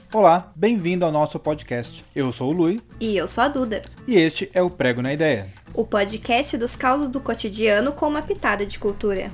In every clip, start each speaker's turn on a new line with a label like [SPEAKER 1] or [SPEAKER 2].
[SPEAKER 1] Olá, bem-vindo ao nosso podcast. Eu sou o Lui.
[SPEAKER 2] E eu sou a Duda.
[SPEAKER 1] E este é o Prego na Ideia.
[SPEAKER 2] O podcast dos causos do cotidiano com uma pitada de cultura.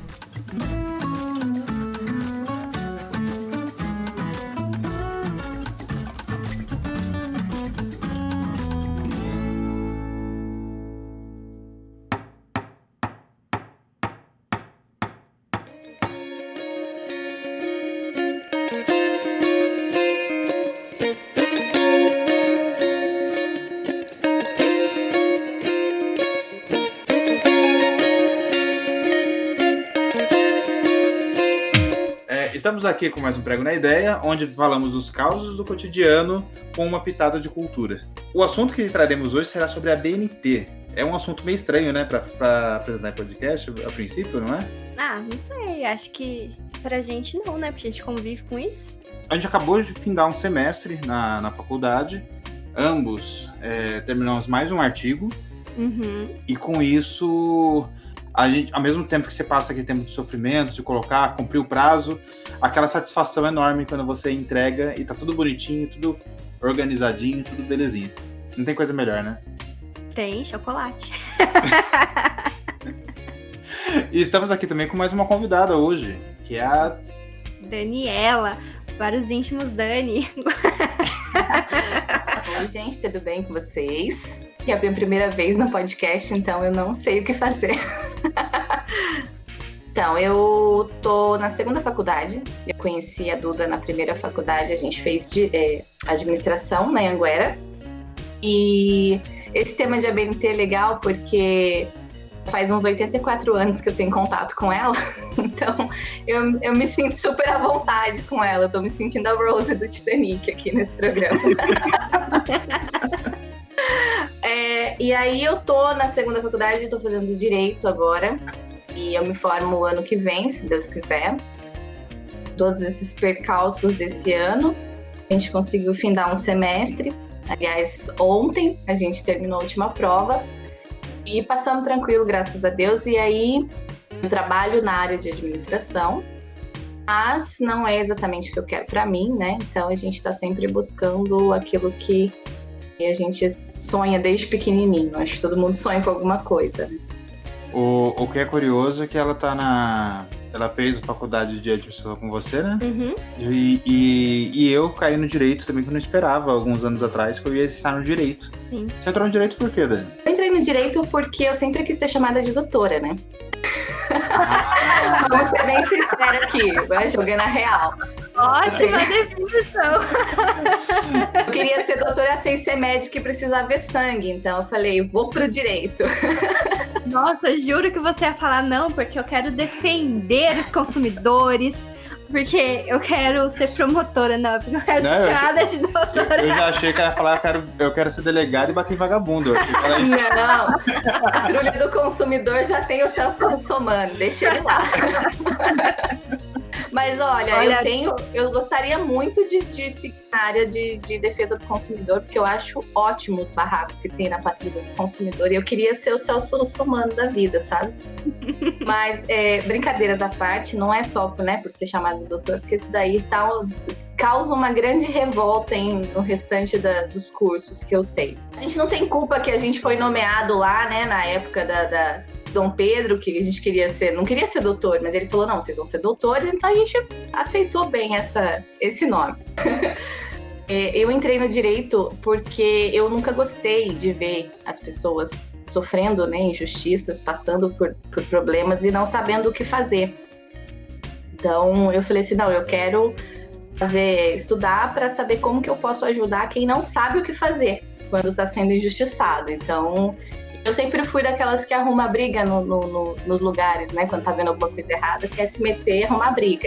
[SPEAKER 1] Estamos aqui com mais um Prego na Ideia, onde falamos dos causos do cotidiano com uma pitada de cultura. O assunto que traremos hoje será sobre a BNT. É um assunto meio estranho, né, para apresentar em podcast, a princípio, não é?
[SPEAKER 2] Não sei, acho que pra gente não, né, porque a gente convive com isso.
[SPEAKER 1] A gente acabou de findar um semestre na faculdade, ambos terminamos mais um artigo, e com isso... A gente, ao mesmo tempo que você passa aquele tempo de sofrimento, de colocar, cumprir o prazo, aquela satisfação enorme quando você entrega e tá tudo bonitinho, tudo organizadinho, tudo belezinha. Não tem coisa melhor, né?
[SPEAKER 2] Tem chocolate.
[SPEAKER 1] E estamos aqui também com mais uma convidada hoje, que é a...
[SPEAKER 2] Daniela, para os íntimos Dani.
[SPEAKER 3] Oi, gente, tudo bem com vocês? Que é a minha primeira vez no podcast, então eu não sei o que fazer. Então, eu tô na segunda faculdade. Eu conheci a Duda na primeira faculdade. A gente fez administração na Anhanguera. E esse tema de ABNT é legal porque faz uns 84 anos que eu tenho contato com ela. Então, eu me sinto super à vontade com ela. Eu tô me sentindo a Rose do Titanic aqui nesse programa. E aí eu tô na segunda faculdade, tô fazendo Direito agora. E eu me formo ano que vem, se Deus quiser. Todos esses percalços desse ano, a gente conseguiu findar um semestre. Aliás, ontem a gente terminou a última prova. E passamos tranquilo, graças a Deus. E aí eu trabalho na área de administração. Mas não é exatamente o que eu quero pra mim, né? Então a gente tá sempre buscando aquilo que a gente sonha desde pequenininho. Acho que todo mundo sonha com alguma coisa.
[SPEAKER 1] O que é curioso é que ela tá ela fez a faculdade de administração com você, né?
[SPEAKER 2] Uhum.
[SPEAKER 1] E eu caí no Direito também, que eu não esperava, alguns anos atrás, que eu ia estar no Direito.
[SPEAKER 2] Sim.
[SPEAKER 1] Você entrou no Direito por quê, Dani?
[SPEAKER 3] Eu entrei no Direito porque eu sempre quis ser chamada de doutora, né? Vamos ser bem sincera aqui, vai jogando a real.
[SPEAKER 2] Ótima definição.
[SPEAKER 3] Eu queria ser doutora sem ser médica e precisar ver sangue, então eu falei, vou pro Direito.
[SPEAKER 2] Nossa, juro que você ia falar não, porque eu quero defender os consumidores, porque eu quero ser promotora, não quero ser chamada de doutora.
[SPEAKER 1] Eu já achei que ela ia falar, eu quero ser delegado e bater em vagabundo.
[SPEAKER 3] Não, a patrulha do consumidor já tem o Celso Russomano, deixa ele lá. Mas olha, eu gostaria muito de seguir na área de defesa do consumidor, porque eu acho ótimo os barracos que tem na patrulha do consumidor, e eu queria ser o Celso Russomano da vida, sabe? Mas, brincadeiras à parte, não é só por ser chamado de doutor, porque isso daí causa uma grande revolta no restante dos cursos que eu sei. A gente não tem culpa que a gente foi nomeado lá, né, na época da Dom Pedro, que a gente não queria ser doutor, mas ele falou, não, vocês vão ser doutores, então a gente aceitou bem esse nome. Eu entrei no Direito porque eu nunca gostei de ver as pessoas sofrendo, né, injustiças, passando por problemas e não sabendo o que fazer. Então eu falei assim, não, eu quero estudar para saber como que eu posso ajudar quem não sabe o que fazer quando está sendo injustiçado. Então eu sempre fui daquelas que arruma briga nos lugares, né? Quando tá vendo alguma coisa errada, quer se meter e arrumar briga.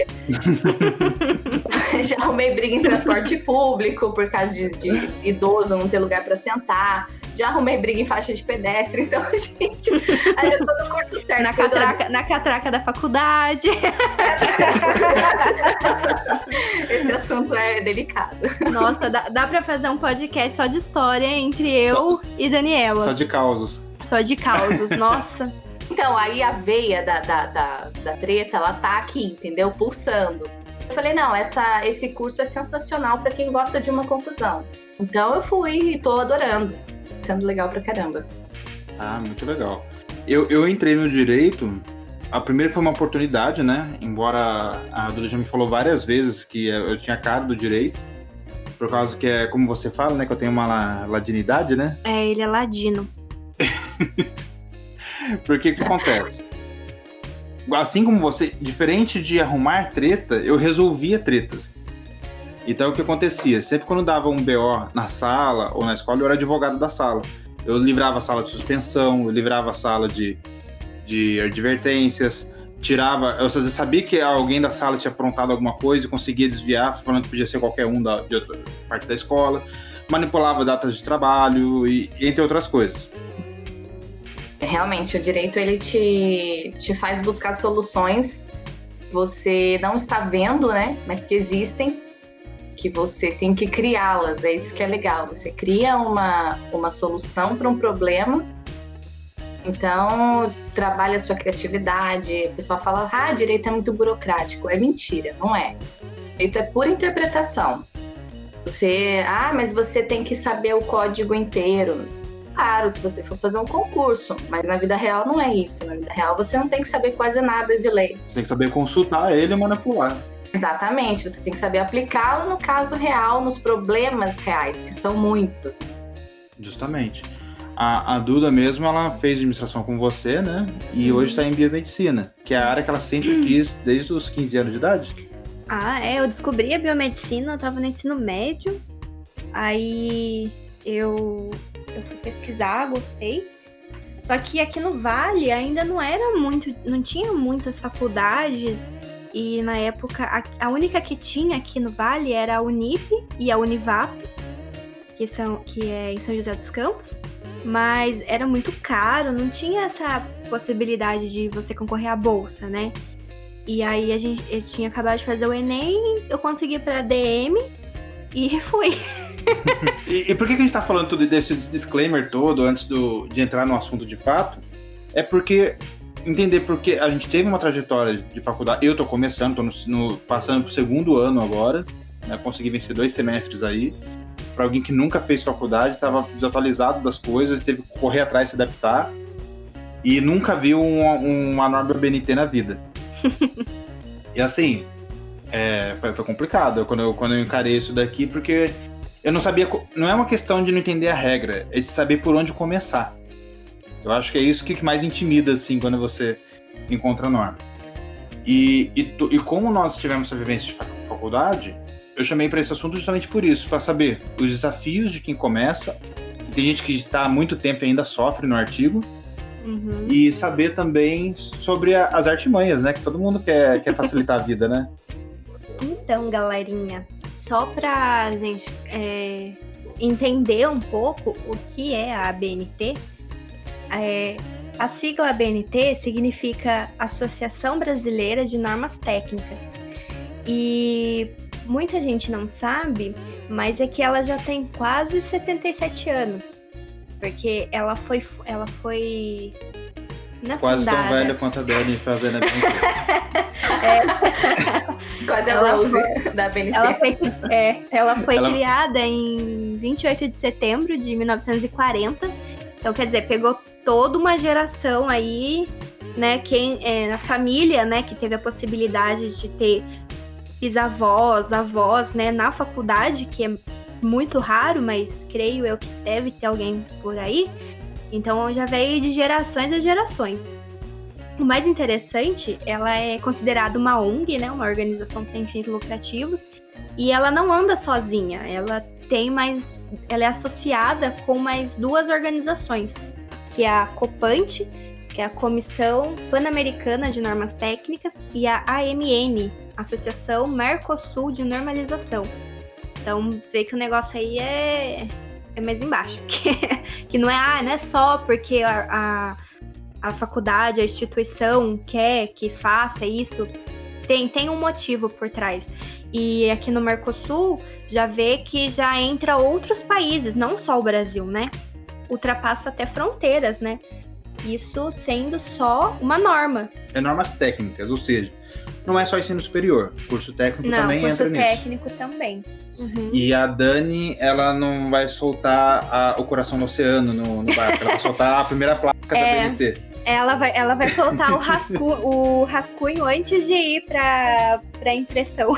[SPEAKER 3] Já arrumei briga em transporte público, por causa de idoso não ter lugar pra sentar. Já arrumei briga em faixa de pedestre. Então, gente, aí eu tô no curso certo.
[SPEAKER 2] Na catraca da faculdade.
[SPEAKER 3] Esse assunto é delicado.
[SPEAKER 2] Nossa, dá pra fazer um podcast só de história entre eu e Daniela.
[SPEAKER 1] Só de causos.
[SPEAKER 2] Só de causos, nossa.
[SPEAKER 3] Então, aí a veia da treta, ela tá aqui, entendeu? Pulsando. Eu falei, não, esse curso é sensacional para quem gosta de uma confusão. Então eu fui e tô adorando. Sendo legal pra caramba.
[SPEAKER 1] Ah, muito legal. Eu entrei no direito, a primeira foi uma oportunidade, né? Embora a Duda já me falou várias vezes que eu tinha cara do direito, por causa que é, como você fala, né? Que eu tenho uma ladinidade, né?
[SPEAKER 2] É, ele é ladino.
[SPEAKER 1] Porque o que acontece? Assim como você, diferente de arrumar treta, eu resolvia tretas. Então o que acontecia? Sempre quando dava um BO na sala ou na escola, eu era advogado da sala. Eu livrava a sala de suspensão, eu livrava a sala de advertências, tirava... Eu às vezes sabia que alguém da sala tinha aprontado alguma coisa e conseguia desviar, falando que podia ser qualquer um de outra parte da escola. Manipulava datas de trabalho e entre outras coisas.
[SPEAKER 3] Realmente, o direito ele te faz buscar soluções que você não está vendo, né? Mas que existem, que você tem que criá-las. É isso que é legal. Você cria uma solução para um problema. Então, trabalha a sua criatividade. O pessoal fala, direito é muito burocrático. É mentira, não é. Direito é pura interpretação. Mas você tem que saber o código inteiro. Claro, se você for fazer um concurso, mas na vida real não é isso. Na vida real você não tem que saber quase nada de lei.
[SPEAKER 1] Você tem que saber consultar ele e manipular.
[SPEAKER 3] Exatamente, você tem que saber aplicá-lo no caso real, nos problemas reais, que são muitos.
[SPEAKER 1] Justamente. A Duda mesmo, ela fez administração com você, né? E hoje está em biomedicina, que é a área que ela sempre quis desde os 15 anos de idade.
[SPEAKER 2] Eu descobri a biomedicina, eu tava no ensino médio, aí eu fui pesquisar, gostei. Só que aqui no Vale ainda não tinha muitas faculdades, e na época a única que tinha aqui no Vale era a Unip e a Univap, que é em São José dos Campos, mas era muito caro, não tinha essa possibilidade de você concorrer à bolsa, né? E aí eu tinha acabado de fazer o Enem, eu consegui para DM e fui.
[SPEAKER 1] E por que a gente tá falando tudo desse disclaimer todo antes de entrar no assunto de fato? É porque entender porque a gente teve uma trajetória de faculdade. Eu tô começando, passando pro segundo ano agora, né? Consegui vencer 2 semestres aí. Para alguém que nunca fez faculdade, estava desatualizado das coisas, teve que correr atrás, se adaptar e nunca viu uma norma BNT na vida. E assim, foi complicado quando eu encarei isso daqui, porque eu não sabia, não é uma questão de não entender a regra, é de saber por onde começar. Eu acho que é isso que mais intimida, assim, quando você encontra a norma. E como nós tivemos essa vivência de faculdade, eu chamei para esse assunto justamente por isso, para saber os desafios de quem começa. Tem gente que está há muito tempo e ainda sofre no artigo. Uhum. E saber também sobre as artimanhas, né? Que todo mundo quer facilitar a vida, né?
[SPEAKER 2] Então, galerinha, só pra gente entender um pouco o que é a ABNT, a sigla ABNT significa Associação Brasileira de Normas Técnicas. E muita gente não sabe, mas é que ela já tem quase 77 anos. Porque ela foi
[SPEAKER 1] quase fundada. Tão velha quanto a Dani fazendo a BNT.
[SPEAKER 3] Quase a Rose da BNT.
[SPEAKER 2] Ela foi criada em 28 de setembro de 1940. Então, quer dizer, pegou toda uma geração aí, né? Na família, né? Que teve a possibilidade de ter bisavós, avós, né? Na faculdade, que é muito raro, mas creio eu que deve ter alguém por aí. Então já veio de gerações a gerações. O mais interessante, ela é considerada uma ONG, né, uma organização sem fins lucrativos, e ela não anda sozinha. Ela é associada com mais 2 organizações, que é a COPANT, que é a Comissão Pan-Americana de Normas Técnicas, e a AMN, Associação Mercosul de Normalização. Então, vê que o negócio aí é mais embaixo. Que não é só porque a faculdade, a instituição quer que faça isso. Tem um motivo por trás. E aqui no Mercosul, já vê que já entra outros países, não só o Brasil, né? Ultrapassa até fronteiras, né? Isso sendo só uma norma.
[SPEAKER 1] É normas técnicas, ou seja, não é só ensino superior, curso técnico também entra nisso.
[SPEAKER 2] Curso técnico também. Uhum.
[SPEAKER 1] E a Dani, ela não vai soltar o coração no oceano no barco, ela vai soltar a primeira placa da BNT.
[SPEAKER 2] Ela vai soltar o rascunho antes de ir pra impressão.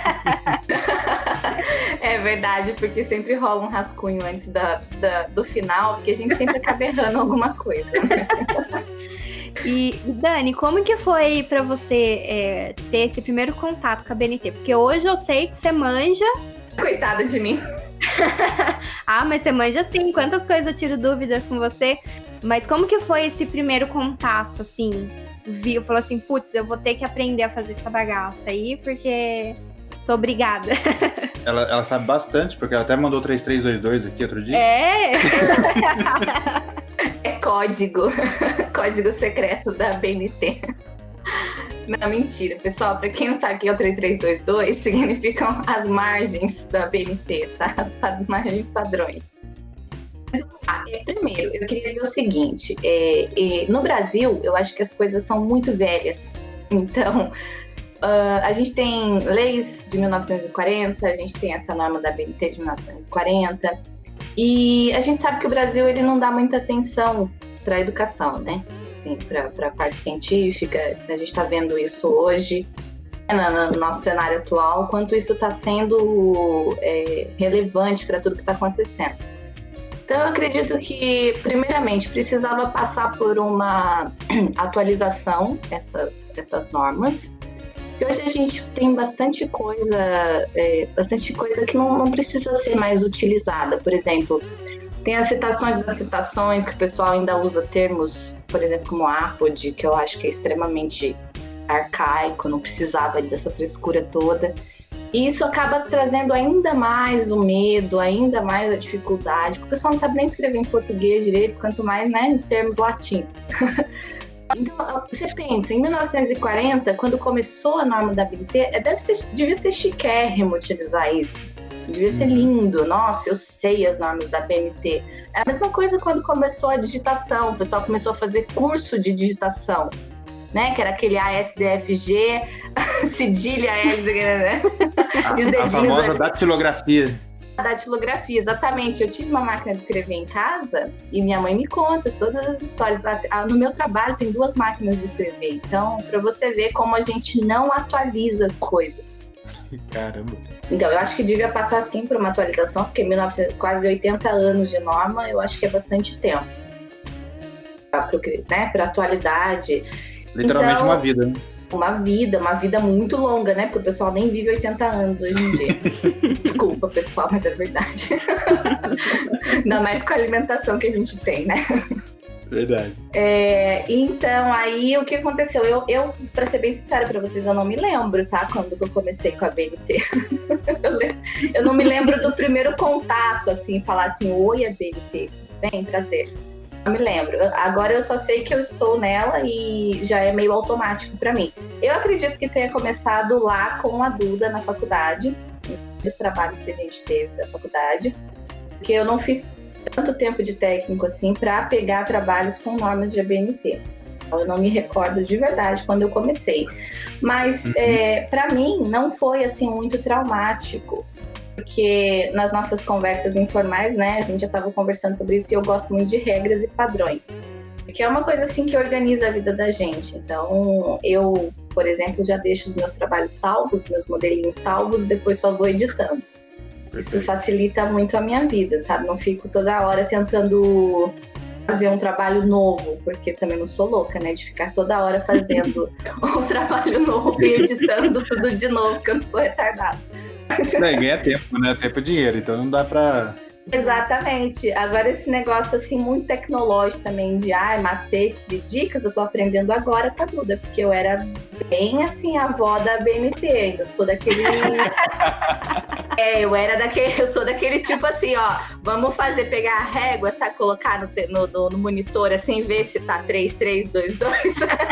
[SPEAKER 3] É verdade, porque sempre rola um rascunho antes do final, porque a gente sempre acaba errando alguma coisa.
[SPEAKER 2] E, Dani, como que foi pra você ter esse primeiro contato com a BNT? Porque hoje eu sei que você manja.
[SPEAKER 3] Coitada de mim.
[SPEAKER 2] Mas você manja sim, quantas coisas eu tiro dúvidas com você. Mas como que foi esse primeiro contato, assim? Falou assim, putz, eu vou ter que aprender a fazer essa bagaça aí, porque sou obrigada.
[SPEAKER 1] Ela sabe bastante, porque ela até mandou 3322 aqui outro dia.
[SPEAKER 2] É
[SPEAKER 3] código secreto da BNT. Não, mentira, pessoal, pra quem não sabe o que é o 3322, significam as margens da BNT, tá? As margens padrões. Primeiro, eu queria dizer o seguinte, no Brasil, eu acho que as coisas são muito velhas. Então, a gente tem leis de 1940, a gente tem essa norma da BNT de 1940, e a gente sabe que o Brasil ele não dá muita atenção para a educação, né? Assim, para a parte científica, a gente está vendo isso hoje, no nosso cenário atual, quanto isso está sendo relevante para tudo que está acontecendo. Então, eu acredito que, primeiramente, precisava passar por uma atualização essas normas. Porque hoje a gente tem bastante coisa que não precisa ser mais utilizada. Por exemplo, tem as citações das citações, que o pessoal ainda usa termos, por exemplo, como apode, que eu acho que é extremamente arcaico, não precisava dessa frescura toda. E isso acaba trazendo ainda mais o medo, ainda mais a dificuldade, porque o pessoal não sabe nem escrever em português direito, quanto mais, né, em termos latinos. Então, você pensa, em 1940, quando começou a norma da BNT, devia ser chiquérrimo utilizar isso. Devia ser lindo. Nossa, eu sei as normas da BNT. É a mesma coisa quando começou a digitação, o pessoal começou a fazer curso de digitação. Né? Que era aquele ASDFG, cedilha, né? E os dedinhos.
[SPEAKER 1] A famosa datilografia.
[SPEAKER 3] A datilografia, exatamente. Eu tive uma máquina de escrever em casa e minha mãe me conta todas as histórias. No meu trabalho tem 2 máquinas de escrever. Então, para você ver como a gente não atualiza as coisas.
[SPEAKER 1] Caramba.
[SPEAKER 3] Então, eu acho que devia passar sim por uma atualização, porque quase 80 anos de norma, eu acho que é bastante tempo. Para atualidade.
[SPEAKER 1] Literalmente então, uma vida, né?
[SPEAKER 3] Uma vida muito longa, né? Porque o pessoal nem vive 80 anos hoje em dia. Desculpa, pessoal, mas é verdade. Ainda mais com a alimentação que a gente tem, né?
[SPEAKER 1] Verdade.
[SPEAKER 3] Então, aí o que aconteceu? Eu, pra ser bem sincera pra vocês, eu não me lembro, tá? Quando eu comecei com a BNT. Eu não me lembro do primeiro contato, assim, falar assim, oi, a BNT. Vem, prazer. Não me lembro. Agora eu só sei que eu estou nela e já é meio automático para mim. Eu acredito que tenha começado lá com a Duda na faculdade, nos trabalhos que a gente teve da faculdade, porque eu não fiz tanto tempo de técnico assim para pegar trabalhos com normas de ABNT. Então, eu não me recordo de verdade quando eu comecei. Mas para mim não foi assim muito traumático. Porque nas nossas conversas informais, né, a gente já estava conversando sobre isso e eu gosto muito de regras e padrões. Que é uma coisa assim que organiza a vida da gente. Então, eu, por exemplo, já deixo os meus trabalhos salvos, meus modelinhos salvos, e depois só vou editando. Isso facilita muito a minha vida, sabe? Não fico toda hora tentando fazer um trabalho novo, porque também não sou louca, né? De ficar toda hora fazendo um trabalho novo e editando tudo de novo, porque eu não sou retardada.
[SPEAKER 1] Não, e ganha tempo, né? Tempo é dinheiro, então não dá pra...
[SPEAKER 3] Exatamente. Agora esse negócio assim muito tecnológico também de macetes e dicas, eu tô aprendendo agora com a Duda, porque eu era bem assim a avó da BNT, ainda sou daquele eu sou daquele tipo assim, ó, vamos pegar a régua, sabe, colocar no monitor assim, ver se tá 3322.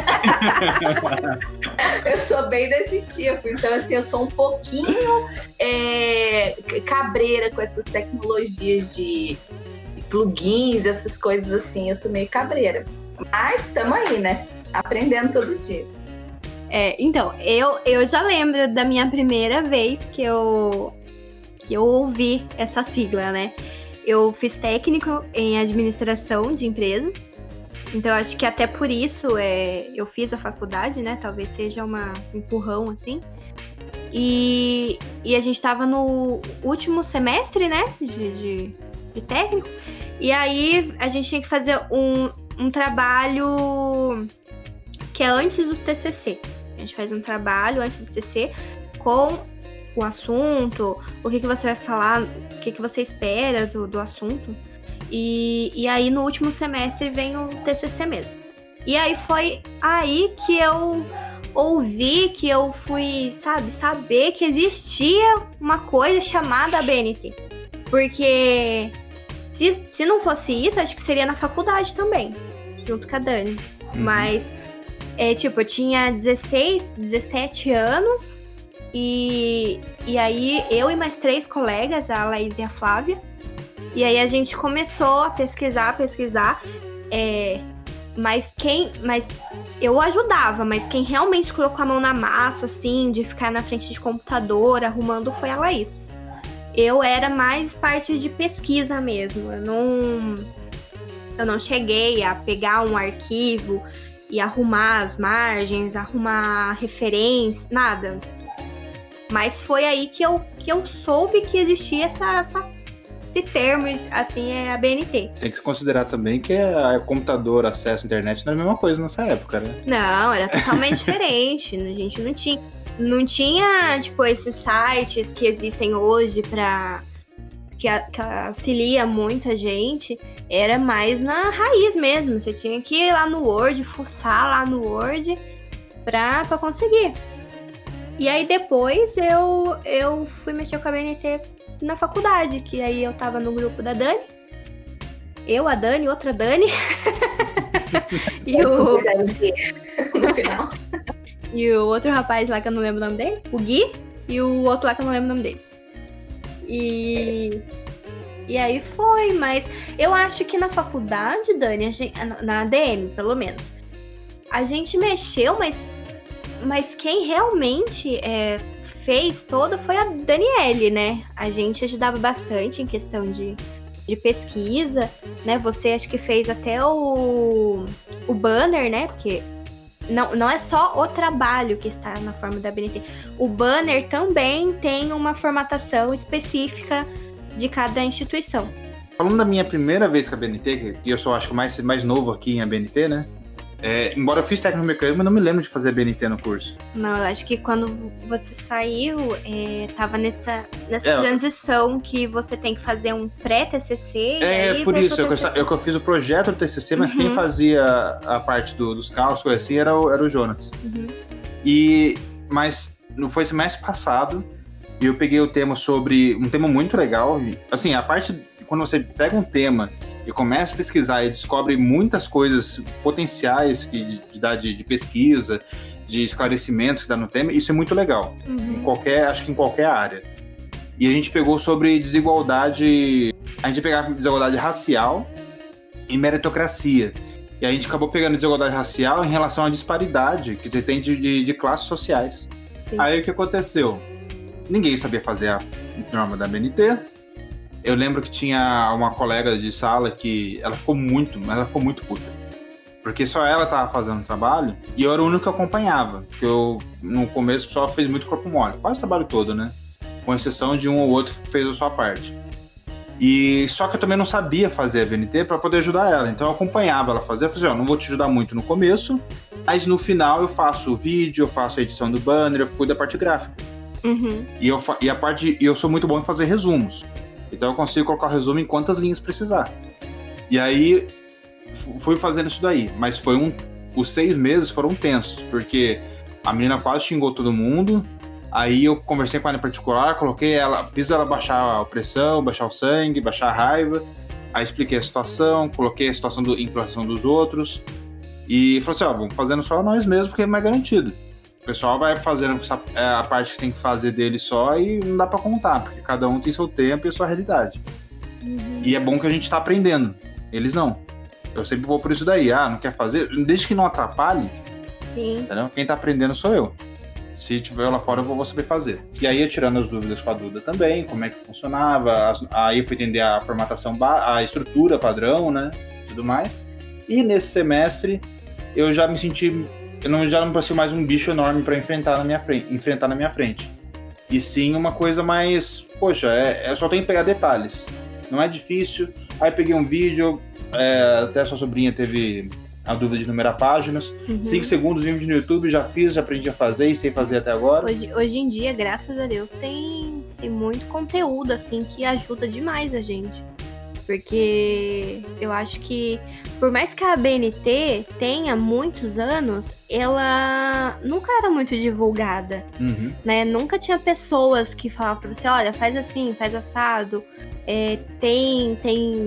[SPEAKER 3] Eu sou bem desse tipo, então assim, eu sou um pouquinho cabreira com essas tecnologias de plugins, essas coisas assim, eu sou meio cabreira. Mas estamos aí, né? Aprendendo todo dia.
[SPEAKER 2] Então, eu já lembro da minha primeira vez que eu ouvi essa sigla, né? Eu fiz técnico em administração de empresas, então eu acho que até por isso eu fiz a faculdade, né? Talvez seja um empurrão, assim. E a gente tava no último semestre, né? De técnico. E aí a gente tinha que fazer um trabalho que é antes do TCC. A gente faz um trabalho antes do TCC com o assunto, o que você vai falar, o que você espera do assunto. E aí no último semestre vem o TCC mesmo. E aí foi aí que eu ouvi, que eu fui, saber que existia uma coisa chamada BNT. Porque se não fosse isso, acho que seria na faculdade também, junto com a Dani. Mas, eu tinha 16, 17 anos, e aí eu e mais 3 colegas, a Laís e a Flávia, e aí a gente começou a pesquisar, mas eu ajudava, mas quem realmente colocou a mão na massa, assim, de ficar na frente de computador, arrumando, foi a Laís. Eu era mais parte de pesquisa mesmo. Eu não cheguei a pegar um arquivo e arrumar as margens, arrumar referência, nada. Mas foi aí que eu soube que existia esse termo, assim, é a BNT.
[SPEAKER 1] Tem que se considerar também que computador, acesso à internet não era a mesma coisa nessa época, né?
[SPEAKER 2] Não, era totalmente diferente. A gente não tinha, esses sites que existem hoje que auxilia muito a gente. Era mais na raiz mesmo. Você tinha que ir lá no Word, fuçar lá no Word pra conseguir. E aí depois eu fui mexer com a BNT na faculdade, que aí eu tava no grupo da Dani. Eu, a Dani, outra Dani. E
[SPEAKER 3] no final.
[SPEAKER 2] E o outro rapaz lá que eu não lembro o nome dele, o Gui, e o outro lá que eu não lembro o nome dele. E aí foi, mas eu acho que na faculdade, Dani, na ADM, pelo menos, a gente mexeu, mas quem realmente fez todo foi a Daniele, né? A gente ajudava bastante em questão de pesquisa, né? Você acho que fez até o banner, né? Porque não é só o trabalho que está na forma da BNT. O banner também tem uma formatação específica de cada instituição.
[SPEAKER 1] Falando da minha primeira vez com a BNT, que eu só acho que mais novo aqui em ABNT, né? Embora eu fiz técnico mecânico, eu não me lembro de fazer BNT no curso.
[SPEAKER 2] Não, eu acho que quando você saiu, tava nessa transição que você tem que fazer um pré-TCC.
[SPEAKER 1] Por isso, eu fiz o projeto do TCC, mas quem fazia a parte dos cálculos, assim, era o Jonas. Mas foi semestre passado, e eu peguei o tema sobre um tema muito legal. Assim, a parte, quando você pega um tema e começa a pesquisar e descobre muitas coisas potenciais de pesquisa, de esclarecimentos que dá no tema, isso é muito legal. Acho que em qualquer área. E a gente pegou sobre desigualdade, a gente pegava desigualdade racial e meritocracia. E a gente acabou pegando desigualdade racial em relação à disparidade que você tem de classes sociais. Sim. Aí o que aconteceu? Ninguém sabia fazer a norma da BNT. Eu lembro que tinha uma colega de sala que ela ficou muito puta. Porque só ela tava fazendo o trabalho e eu era o único que acompanhava. Porque no começo, o pessoal fez muito corpo mole. Quase o trabalho todo, né? Com exceção de um ou outro que fez a sua parte. E só que eu também não sabia fazer a BNT para poder ajudar ela. Então eu acompanhava ela fazer. Eu falei, não vou te ajudar muito no começo, mas no final eu faço o vídeo, eu faço a edição do banner, eu cuido da parte gráfica. E eu sou muito bom em fazer resumos. Então eu consigo colocar o resumo em quantas linhas precisar. E aí fui fazendo isso daí. Mas os 6 meses foram tensos, porque a menina quase xingou todo mundo. Aí eu conversei com ela em particular, fiz ela baixar a pressão, baixar o sangue, baixar a raiva. Aí expliquei a situação, coloquei a situação em relação dos outros. E falei assim, vamos fazendo só nós mesmos, porque é mais garantido. O pessoal vai fazendo a parte que tem que fazer dele só e não dá pra contar, porque cada um tem seu tempo e a sua realidade. E é bom que a gente tá aprendendo. Eles não. Eu sempre vou por isso daí. Não quer fazer? Desde que não atrapalhe,
[SPEAKER 2] Sim.
[SPEAKER 1] Entendeu? Quem tá aprendendo sou eu. Se tiver lá fora, eu vou saber fazer. E aí, eu tirando as dúvidas com a Duda também, como é que funcionava. Aí eu fui entender a formatação, a estrutura padrão, né? Tudo mais. E nesse semestre, eu já me senti... já não parecia mais um bicho enorme para enfrentar na minha frente. E sim uma coisa mais... Poxa, só tem que pegar detalhes. Não é difícil. Aí peguei um vídeo, até a sua sobrinha teve a dúvida de numerar páginas. 5 segundos, vídeo no YouTube, já fiz, já aprendi a fazer e sei fazer até agora.
[SPEAKER 2] Hoje em dia, graças a Deus, tem muito conteúdo, assim, que ajuda demais a gente. Porque eu acho que, por mais que a ABNT tenha muitos anos, ela nunca era muito divulgada, né? Nunca tinha pessoas que falavam pra você, olha, faz assim, faz assado. Tem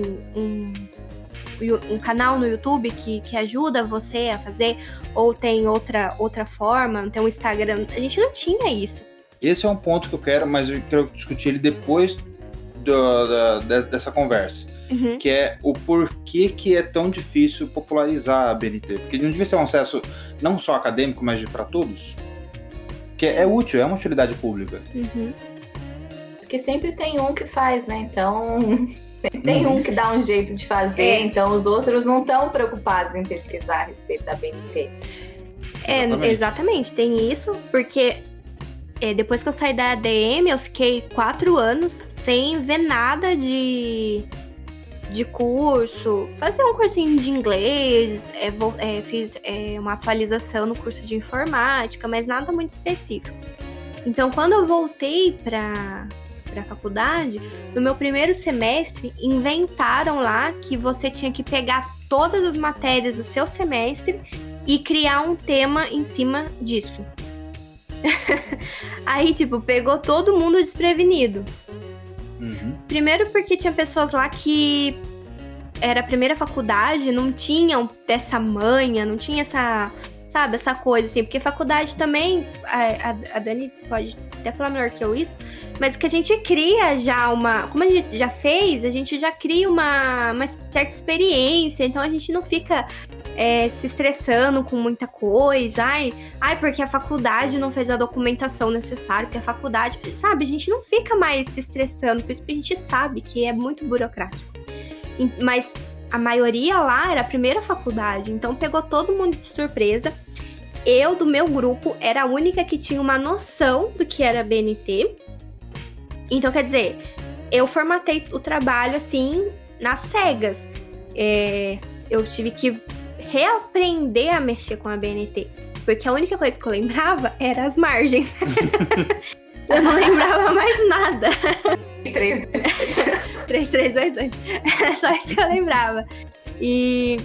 [SPEAKER 2] um canal no YouTube que ajuda você a fazer, ou tem outra forma, tem um Instagram. A gente não tinha isso.
[SPEAKER 1] Esse é um ponto que eu quero, mas eu quero discutir ele depois dessa conversa, que é o porquê que é tão difícil popularizar a ABNT, porque não devia ser um acesso não só acadêmico, mas para todos, que é útil, é uma utilidade pública.
[SPEAKER 3] Porque sempre tem um que faz, né? Então, sempre tem um que dá um jeito de fazer, então os outros não estão preocupados em pesquisar a respeito da ABNT.
[SPEAKER 2] Exatamente, tem isso, porque depois que eu saí da ADM, eu fiquei 4 anos sem ver nada de curso. Fazia um cursinho de inglês, fiz uma atualização no curso de informática, mas nada muito específico. Então, quando eu voltei para a faculdade, no meu primeiro semestre, inventaram lá que você tinha que pegar todas as matérias do seu semestre e criar um tema em cima disso. Aí, pegou todo mundo desprevenido. Primeiro porque tinha pessoas lá que era a primeira faculdade, não tinham dessa manha, não tinha essa coisa, assim. Porque faculdade também, a Dani pode até falar melhor que eu isso, mas que a gente cria já como a gente já fez, a gente já cria uma certa experiência, então a gente não fica se estressando com muita coisa, porque a faculdade não fez a documentação necessária, porque a faculdade, sabe, a gente não fica mais se estressando, por isso que a gente sabe que é muito burocrático. Mas a maioria lá era a primeira faculdade, então pegou todo mundo de surpresa. Eu, do meu grupo, era a única que tinha uma noção do que era BNT. Então, quer dizer, eu formatei o trabalho, assim, nas cegas. Eu tive que reaprender a mexer com a BNT, porque a única coisa que eu lembrava era as margens. Eu não lembrava mais nada.
[SPEAKER 3] 3,
[SPEAKER 2] 3, 2, 2. Era só isso que eu lembrava. E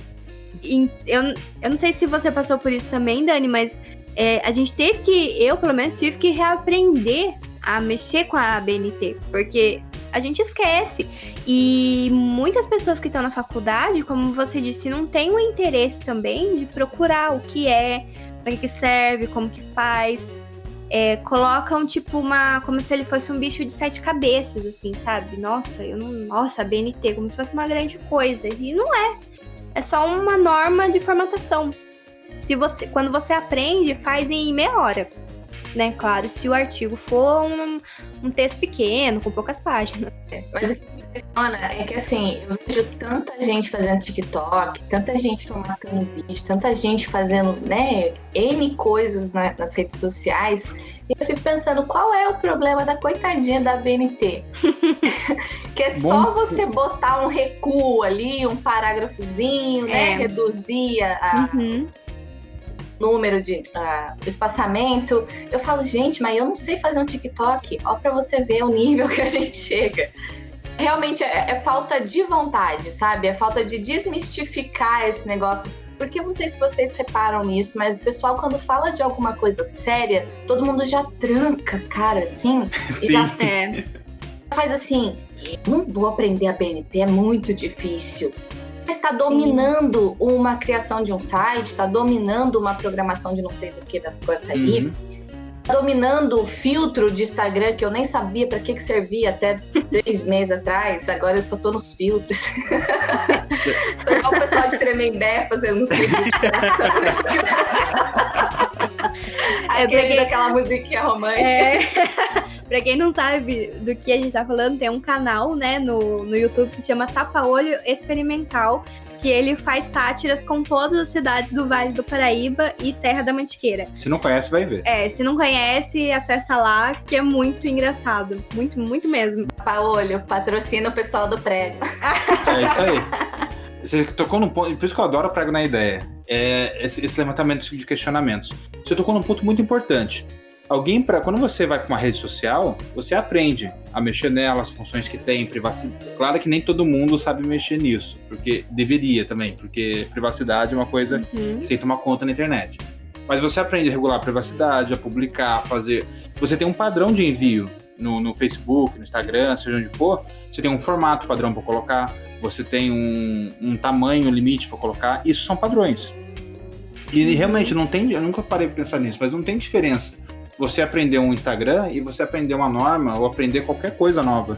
[SPEAKER 2] eu não sei se você passou por isso também, Dani, mas a gente eu pelo menos tive que reaprender a mexer com a BNT, porque a gente esquece. E muitas pessoas que estão na faculdade, como você disse, não têm o interesse também de procurar o que para que serve, como que faz. Colocam, como se ele fosse um bicho de 7 cabeças, assim, sabe? Nossa, a BNT, como se fosse uma grande coisa. E não é. É só uma norma de formatação. Quando você aprende, faz em meia hora. Né? Claro, se o artigo for um texto pequeno, com poucas páginas.
[SPEAKER 3] Mas Ana, é que assim, eu vejo tanta gente fazendo TikTok, tanta gente formatando vídeo, tanta gente fazendo, né, N coisas nas redes sociais, e eu fico pensando, qual é o problema da coitadinha da BNT? Que é só você botar um recuo ali, um parágrafozinho, né, reduzir número de espaçamento. Eu falo, gente, mas eu não sei fazer um TikTok. Ó, pra você ver o nível que a gente chega. Realmente é falta de vontade, sabe? É falta de desmistificar esse negócio. Porque eu não sei se vocês reparam nisso, mas o pessoal, quando fala de alguma coisa séria, todo mundo já tranca, cara, assim.
[SPEAKER 1] Sim.
[SPEAKER 3] E já faz assim, não vou aprender a BNT, é muito difícil. Mas está dominando uma criação de um site, está dominando uma programação de não sei do que das quantas aí. dominando o filtro de Instagram, que eu nem sabia para que servia até 3 meses atrás. Agora eu só tô nos filtros. Tô igual o pessoal de Tremembé fazendo filtro de Instagram. Aquele daquela musiquinha romântica.
[SPEAKER 2] Pra quem não sabe do que a gente tá falando, tem um canal, né, no YouTube que se chama Tapa-Olho Experimental, que ele faz sátiras com todas as cidades do Vale do Paraíba e Serra da Mantiqueira.
[SPEAKER 1] Se não conhece, vai ver.
[SPEAKER 2] Se não conhece, acessa lá, que é muito engraçado. Muito, muito mesmo.
[SPEAKER 3] Tapa-Olho, patrocina o pessoal do prego.
[SPEAKER 1] É isso aí. Você tocou num ponto, por isso que eu adoro Prego na Ideia, esse levantamento de questionamentos. Você tocou num ponto muito importante. Quando você vai para uma rede social, você aprende a mexer nela, as funções que tem, privacidade. Claro que nem todo mundo sabe mexer nisso, porque deveria também, porque privacidade é uma coisa que você tem que tomar conta na internet. Mas você aprende a regular a privacidade, a publicar, a fazer... Você tem um padrão de envio no Facebook, no Instagram, seja onde for, você tem um formato padrão para colocar, você tem um tamanho limite para colocar, isso são padrões. E realmente não tem, eu nunca parei para pensar nisso, mas não tem diferença você aprender um Instagram e você aprender uma norma ou aprender qualquer coisa nova.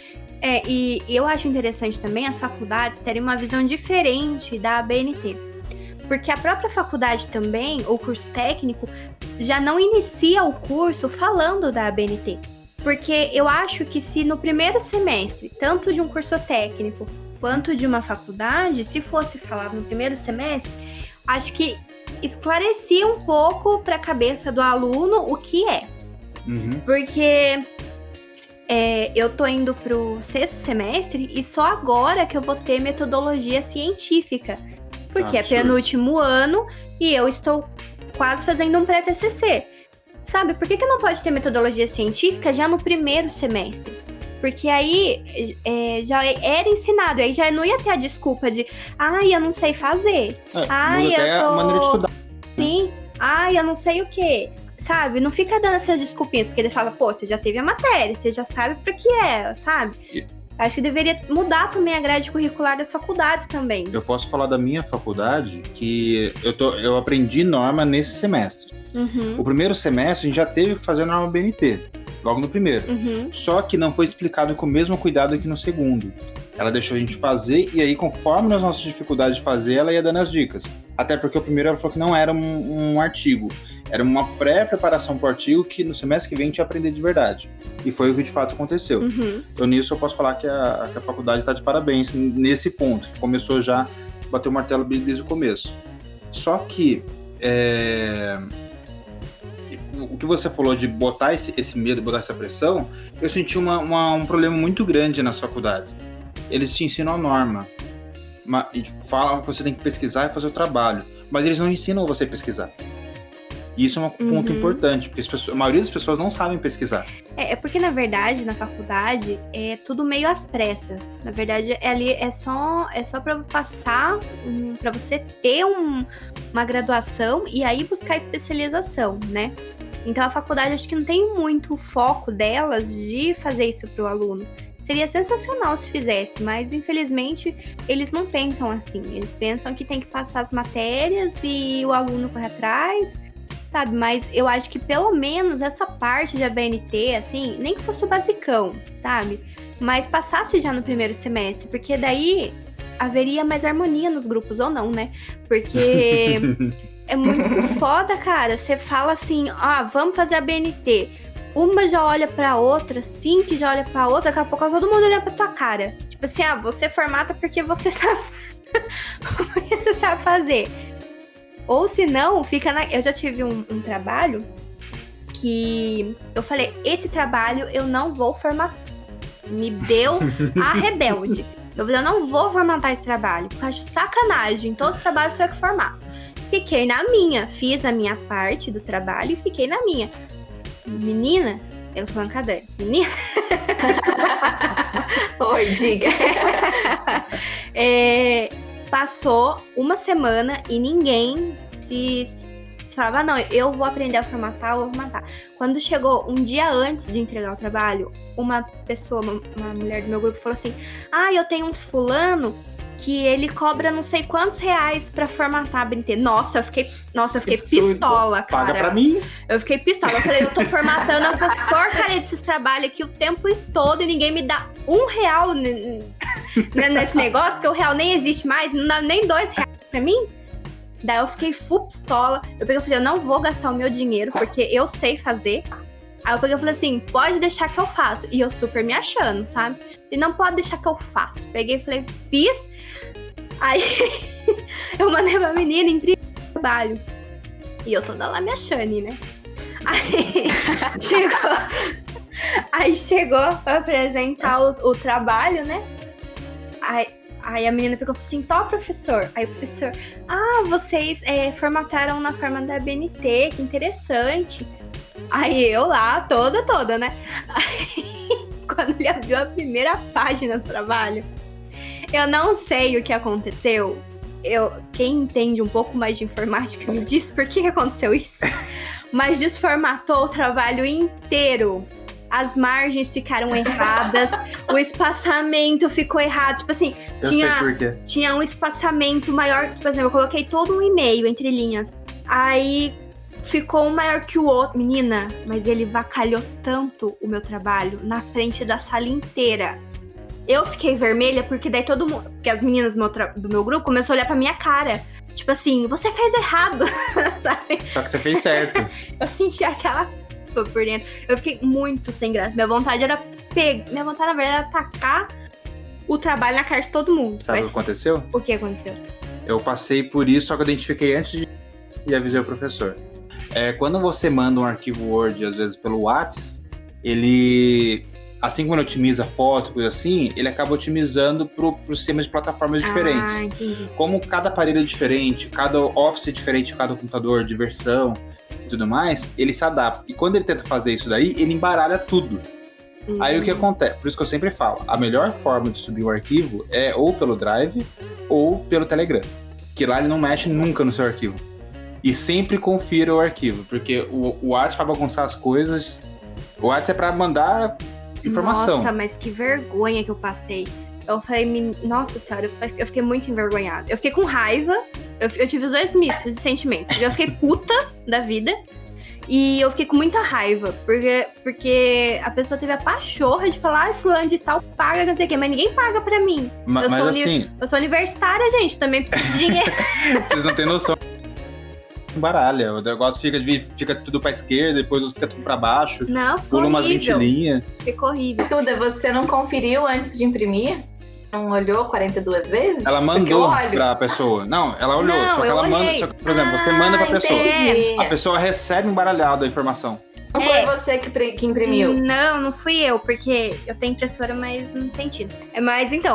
[SPEAKER 2] E eu acho interessante também as faculdades terem uma visão diferente da ABNT. Porque a própria faculdade também, o curso técnico, já não inicia o curso falando da ABNT. Porque eu acho que se no primeiro semestre, tanto de um curso técnico quanto de uma faculdade, se fosse falado no primeiro semestre, acho que esclarecia um pouco para a cabeça do aluno o que é. Porque eu tô indo pro 6º semestre e só agora que eu vou ter metodologia científica. Porque é penúltimo ano e eu estou quase fazendo um pré-TCC. Sabe, por que não pode ter metodologia científica já no primeiro semestre? Porque aí já era ensinado, aí já não ia ter a desculpa de eu não sei fazer.
[SPEAKER 1] Muda até a maneira de estudar.
[SPEAKER 2] Sim, eu não sei o quê. Sabe, não fica dando essas desculpinhas, porque eles falam, você já teve a matéria, você já sabe pra que é, sabe? Acho que deveria mudar também a grade curricular das faculdades também.
[SPEAKER 1] Eu posso falar da minha faculdade, que eu aprendi norma nesse semestre. O primeiro semestre a gente já teve que fazer a norma BNT, logo no primeiro. Só que não foi explicado com o mesmo cuidado que no segundo. Ela deixou a gente fazer e aí, conforme nas nossas dificuldades de fazer, ela ia dando as dicas. Até porque o primeiro ela falou que não era um artigo, era uma pré-preparação para o artigo que no semestre que vem a gente ia aprender de verdade. E foi o que de fato aconteceu. Então nisso eu posso falar que a faculdade está de parabéns nesse ponto, que começou já a bater o martelo desde o começo. Só que o que você falou de botar esse medo, botar essa pressão, eu senti um problema muito grande nas faculdades. Eles te ensinam a norma, e falam que você tem que pesquisar e fazer o trabalho, mas eles não ensinam você a pesquisar. E isso é um ponto importante, porque a maioria das pessoas não sabem pesquisar.
[SPEAKER 2] É porque, na verdade, na faculdade, é tudo meio às pressas. Na verdade, ali é só para passar, para você ter uma graduação e aí buscar especialização, né? Então, a faculdade, acho que não tem muito foco delas de fazer isso para o aluno. Seria sensacional se fizesse, mas, infelizmente, eles não pensam assim. Eles pensam que tem que passar as matérias e o aluno corre atrás, sabe? Mas eu acho que pelo menos essa parte de ABNT, assim, nem que fosse o basicão, sabe? Mas passasse já no primeiro semestre, porque daí haveria mais harmonia nos grupos, ou não, né? Porque é muito foda, cara. Você fala assim, vamos fazer ABNT. Uma já olha pra outra, 5 já olha pra outra, daqui a pouco todo mundo olha pra tua cara. Tipo assim, você formata porque você sabe, porque você sabe fazer. Ou se não, eu já tive um trabalho que eu falei, esse trabalho eu não vou formatar. Me deu a rebelde. Eu falei, eu não vou formatar esse trabalho, porque eu acho sacanagem. Todos os trabalhos eu que formato. Fiquei na minha, fiz a minha parte do trabalho e fiquei na minha. Menina, eu tô falando, cadê? Menina?
[SPEAKER 3] Oi, diga.
[SPEAKER 2] Passou uma semana e ninguém Você falava, não, eu vou aprender a formatar, eu vou formatar. Quando chegou um dia antes de entregar o trabalho, uma pessoa, uma mulher do meu grupo falou assim, eu tenho uns fulano que ele cobra não sei quantos reais pra formatar a brinquedo. Nossa, eu fiquei pistola, cara.
[SPEAKER 1] Paga pra mim.
[SPEAKER 2] Eu fiquei pistola. Eu falei, eu tô formatando essas porcarias desses trabalhos aqui o tempo todo e ninguém me dá R$1 nesse negócio, porque o real nem existe mais, não dá nem R$2 pra mim. Daí eu fiquei full pistola. Eu falei, eu não vou gastar o meu dinheiro, porque eu sei fazer. Aí eu falei assim, pode deixar que eu faço. E eu super me achando, sabe? E não pode deixar que eu faço. Peguei e falei, fiz. Aí eu mandei pra menina imprimir o trabalho. E eu toda lá me achando, né? Aí chegou pra apresentar o trabalho, né? Aí a menina pegou e falou assim, professor. Aí o professor, vocês formataram na forma da BNT, que interessante. Aí eu lá, toda, né? Aí, quando ele abriu a primeira página do trabalho, eu não sei o que aconteceu. Quem entende um pouco mais de informática me diz por que aconteceu isso. Mas desformatou o trabalho inteiro. As margens ficaram erradas, o espaçamento ficou errado. Tipo assim, tinha um espaçamento maior. Por exemplo, eu coloquei todo um e-mail entre linhas. Aí ficou um maior que o outro. Menina, mas ele vacalhou tanto o meu trabalho na frente da sala inteira. Eu fiquei vermelha porque daí todo mundo... Porque as meninas do meu grupo começaram a olhar pra minha cara. Tipo assim, você fez errado, sabe?
[SPEAKER 1] Só que você fez certo.
[SPEAKER 2] Eu senti aquela por dentro. Eu fiquei muito sem graça. Minha vontade, na verdade, era atacar o trabalho na cara de todo mundo.
[SPEAKER 1] Sabe o que aconteceu?
[SPEAKER 2] O que aconteceu?
[SPEAKER 1] Eu passei por isso, só que eu identifiquei antes e avisei o professor. Quando você manda um arquivo Word, às vezes pelo WhatsApp, ele, assim como ele otimiza foto, coisa assim, ele acaba otimizando para os sistemas de plataformas diferentes.
[SPEAKER 2] Entendi.
[SPEAKER 1] Como cada aparelho é diferente, cada office é diferente, cada computador de versão e tudo mais, ele se adapta. E quando ele tenta fazer isso daí, ele embaralha tudo. Aí o que acontece? Por isso que eu sempre falo, a melhor forma de subir o arquivo é ou pelo Drive ou pelo Telegram. Que lá ele não mexe nunca no seu arquivo. E sempre confira o arquivo, porque o WhatsApp para bagunçar as coisas, o WhatsApp é para mandar informação.
[SPEAKER 2] Nossa, mas que vergonha que eu passei. Eu falei, nossa senhora, eu fiquei muito envergonhada. Eu fiquei com raiva, eu tive os dois mistos de sentimentos. Eu fiquei puta da vida e eu fiquei com muita raiva, porque a pessoa teve a pachorra de falar, fulano de tal paga, não sei o quê, mas ninguém paga pra mim. Eu sou universitária, gente, também preciso de dinheiro.
[SPEAKER 1] Vocês não têm noção. Baralha, o negócio fica tudo pra esquerda, depois fica tudo pra baixo.
[SPEAKER 2] Não, ficou
[SPEAKER 1] pula umas
[SPEAKER 2] horrível.
[SPEAKER 1] 20 linhas.
[SPEAKER 2] Ficou horrível.
[SPEAKER 3] Duda, você não conferiu antes de imprimir? Não olhou 42 vezes?
[SPEAKER 1] Ela mandou pra pessoa. Não, ela olhou.
[SPEAKER 2] Não,
[SPEAKER 1] só que ela manda. Só que, por exemplo, você manda pra pessoa.
[SPEAKER 3] Entendi.
[SPEAKER 1] A pessoa recebe embaralhado a informação.
[SPEAKER 3] Não foi você que imprimiu?
[SPEAKER 2] Não fui eu, porque eu tenho impressora, mas não tem tinta. Mas então.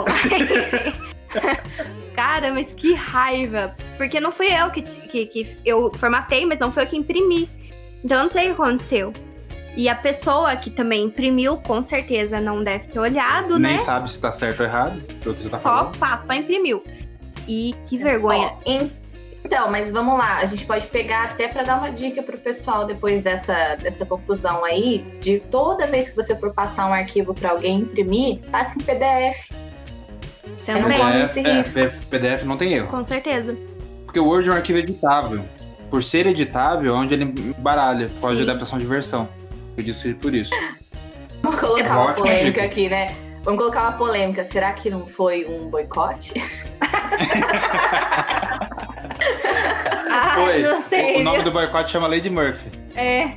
[SPEAKER 2] Cara, mas que raiva. Porque não fui eu que eu formatei, mas não foi eu que imprimi. Então eu não sei o que aconteceu. E a pessoa que também imprimiu, com certeza não deve ter olhado, né?
[SPEAKER 1] Nem sabe se tá certo ou errado. O que você tá
[SPEAKER 2] só imprimiu. E que vergonha.
[SPEAKER 3] Então, mas vamos lá. A gente pode pegar até pra dar uma dica pro pessoal depois dessa confusão aí. De toda vez que você for passar um arquivo pra alguém imprimir, passe em PDF.
[SPEAKER 2] Também.
[SPEAKER 1] PDF não tem erro.
[SPEAKER 2] Com certeza.
[SPEAKER 1] Porque o Word é um arquivo editável. Por ser editável, onde ele embaralha. Pode adaptação de versão. Eu disse por isso.
[SPEAKER 3] Vamos colocar uma polêmica aqui, né? Vamos colocar uma polêmica. Será que não foi um boicote?
[SPEAKER 1] Foi.
[SPEAKER 2] Não sei.
[SPEAKER 1] O nome do boicote chama Lady Murphy.
[SPEAKER 2] É.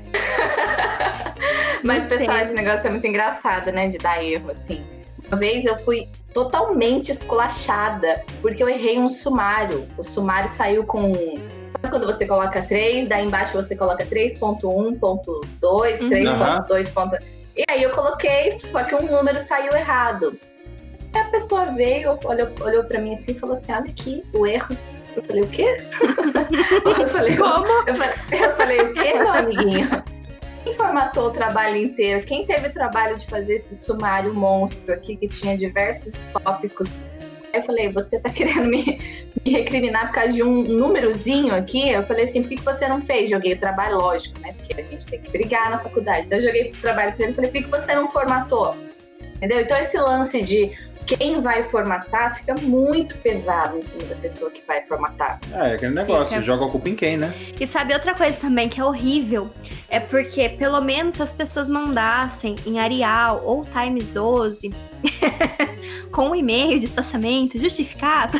[SPEAKER 3] Mas, pessoal, esse negócio é muito engraçado, né? De dar erro, assim. Uma vez eu fui totalmente esculachada porque eu errei um sumário. O sumário saiu com... Sabe quando você coloca 3, daí embaixo você coloca 3.1.2, 3.2. E aí eu coloquei, só que um número saiu errado. Aí a pessoa veio, olhou pra mim assim e falou assim, olha aqui, o erro. Eu falei, o quê? Eu falei, como? Eu falei, o quê, meu amiguinho? Quem formatou o trabalho inteiro? Quem teve o trabalho de fazer esse sumário monstro aqui, que tinha diversos tópicos Aí eu falei, você tá querendo me recriminar por causa de um númerozinho aqui? Eu falei assim, por que você não fez? Joguei o trabalho, lógico, né? Porque a gente tem que brigar na faculdade. Então eu joguei o trabalho pra ele e falei, por que você não formatou? Entendeu? Então esse lance de quem vai formatar fica muito pesado em cima da pessoa que vai formatar.
[SPEAKER 1] É aquele negócio, joga a culpa em quem, né?
[SPEAKER 2] E sabe outra coisa também que é horrível? É porque pelo menos se as pessoas mandassem em Arial ou Times 12... com um e-mail de espaçamento justificado,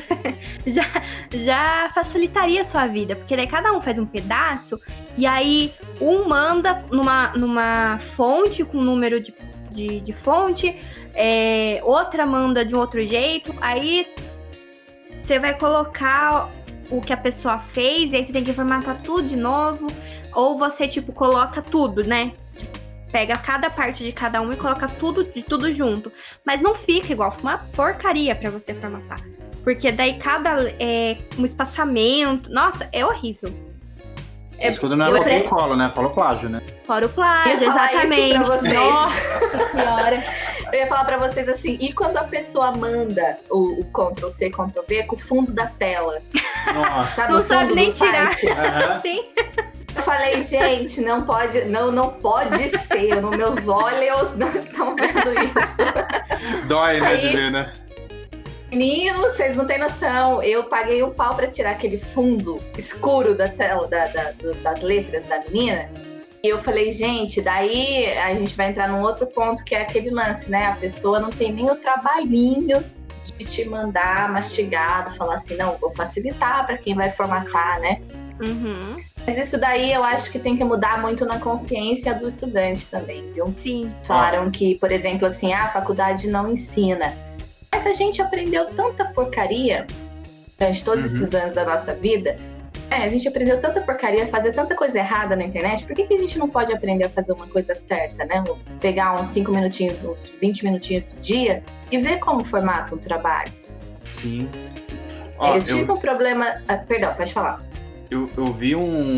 [SPEAKER 2] já facilitaria a sua vida, porque daí cada um faz um pedaço e aí um manda numa fonte com número de fonte, outra manda de um outro jeito, aí você vai colocar o que a pessoa fez e aí você tem que formatar tudo de novo, ou você tipo coloca tudo, né? Pega cada parte de cada um e coloca tudo junto. Mas não fica igual, fica uma porcaria pra você formatar. Porque daí um espaçamento... Nossa, é horrível.
[SPEAKER 1] Isso quando não é copia e cola, né? Fala o plágio, né?
[SPEAKER 2] Fora o plágio, exatamente.
[SPEAKER 3] Isso pra vocês.
[SPEAKER 2] Nossa senhora.
[SPEAKER 3] Eu ia falar pra vocês assim, e quando a pessoa manda o Ctrl+C, Ctrl+V com o fundo da tela?
[SPEAKER 1] Nossa.
[SPEAKER 3] Sabe,
[SPEAKER 2] não sabe nem tirar.
[SPEAKER 1] Sim.
[SPEAKER 3] Eu falei, gente, não pode ser. Meus olhos não estão vendo isso.
[SPEAKER 1] Dói, né, de ver, né?
[SPEAKER 3] Meninos, vocês não têm noção. Eu paguei um pau pra tirar aquele fundo escuro da tela, das letras da menina. E eu falei, gente, daí a gente vai entrar num outro ponto, que é aquele lance, né? A pessoa não tem nem o trabalhinho de te mandar mastigado, falar assim, não, vou facilitar pra quem vai formatar, né?
[SPEAKER 2] Uhum.
[SPEAKER 3] Mas isso daí eu acho que tem que mudar muito na consciência do estudante também, viu?
[SPEAKER 2] Sim.
[SPEAKER 3] Falaram que, por exemplo, assim, a faculdade não ensina. Mas a gente aprendeu tanta porcaria durante todos esses anos da nossa vida. A gente aprendeu tanta porcaria, fazer tanta coisa errada na internet. Por que a gente não pode aprender a fazer uma coisa certa, né? Pegar uns 5 minutinhos, uns 20 minutinhos do dia e ver como formata um trabalho.
[SPEAKER 1] Sim.
[SPEAKER 3] Eu tive um problema... perdão, pode falar.
[SPEAKER 1] Eu vi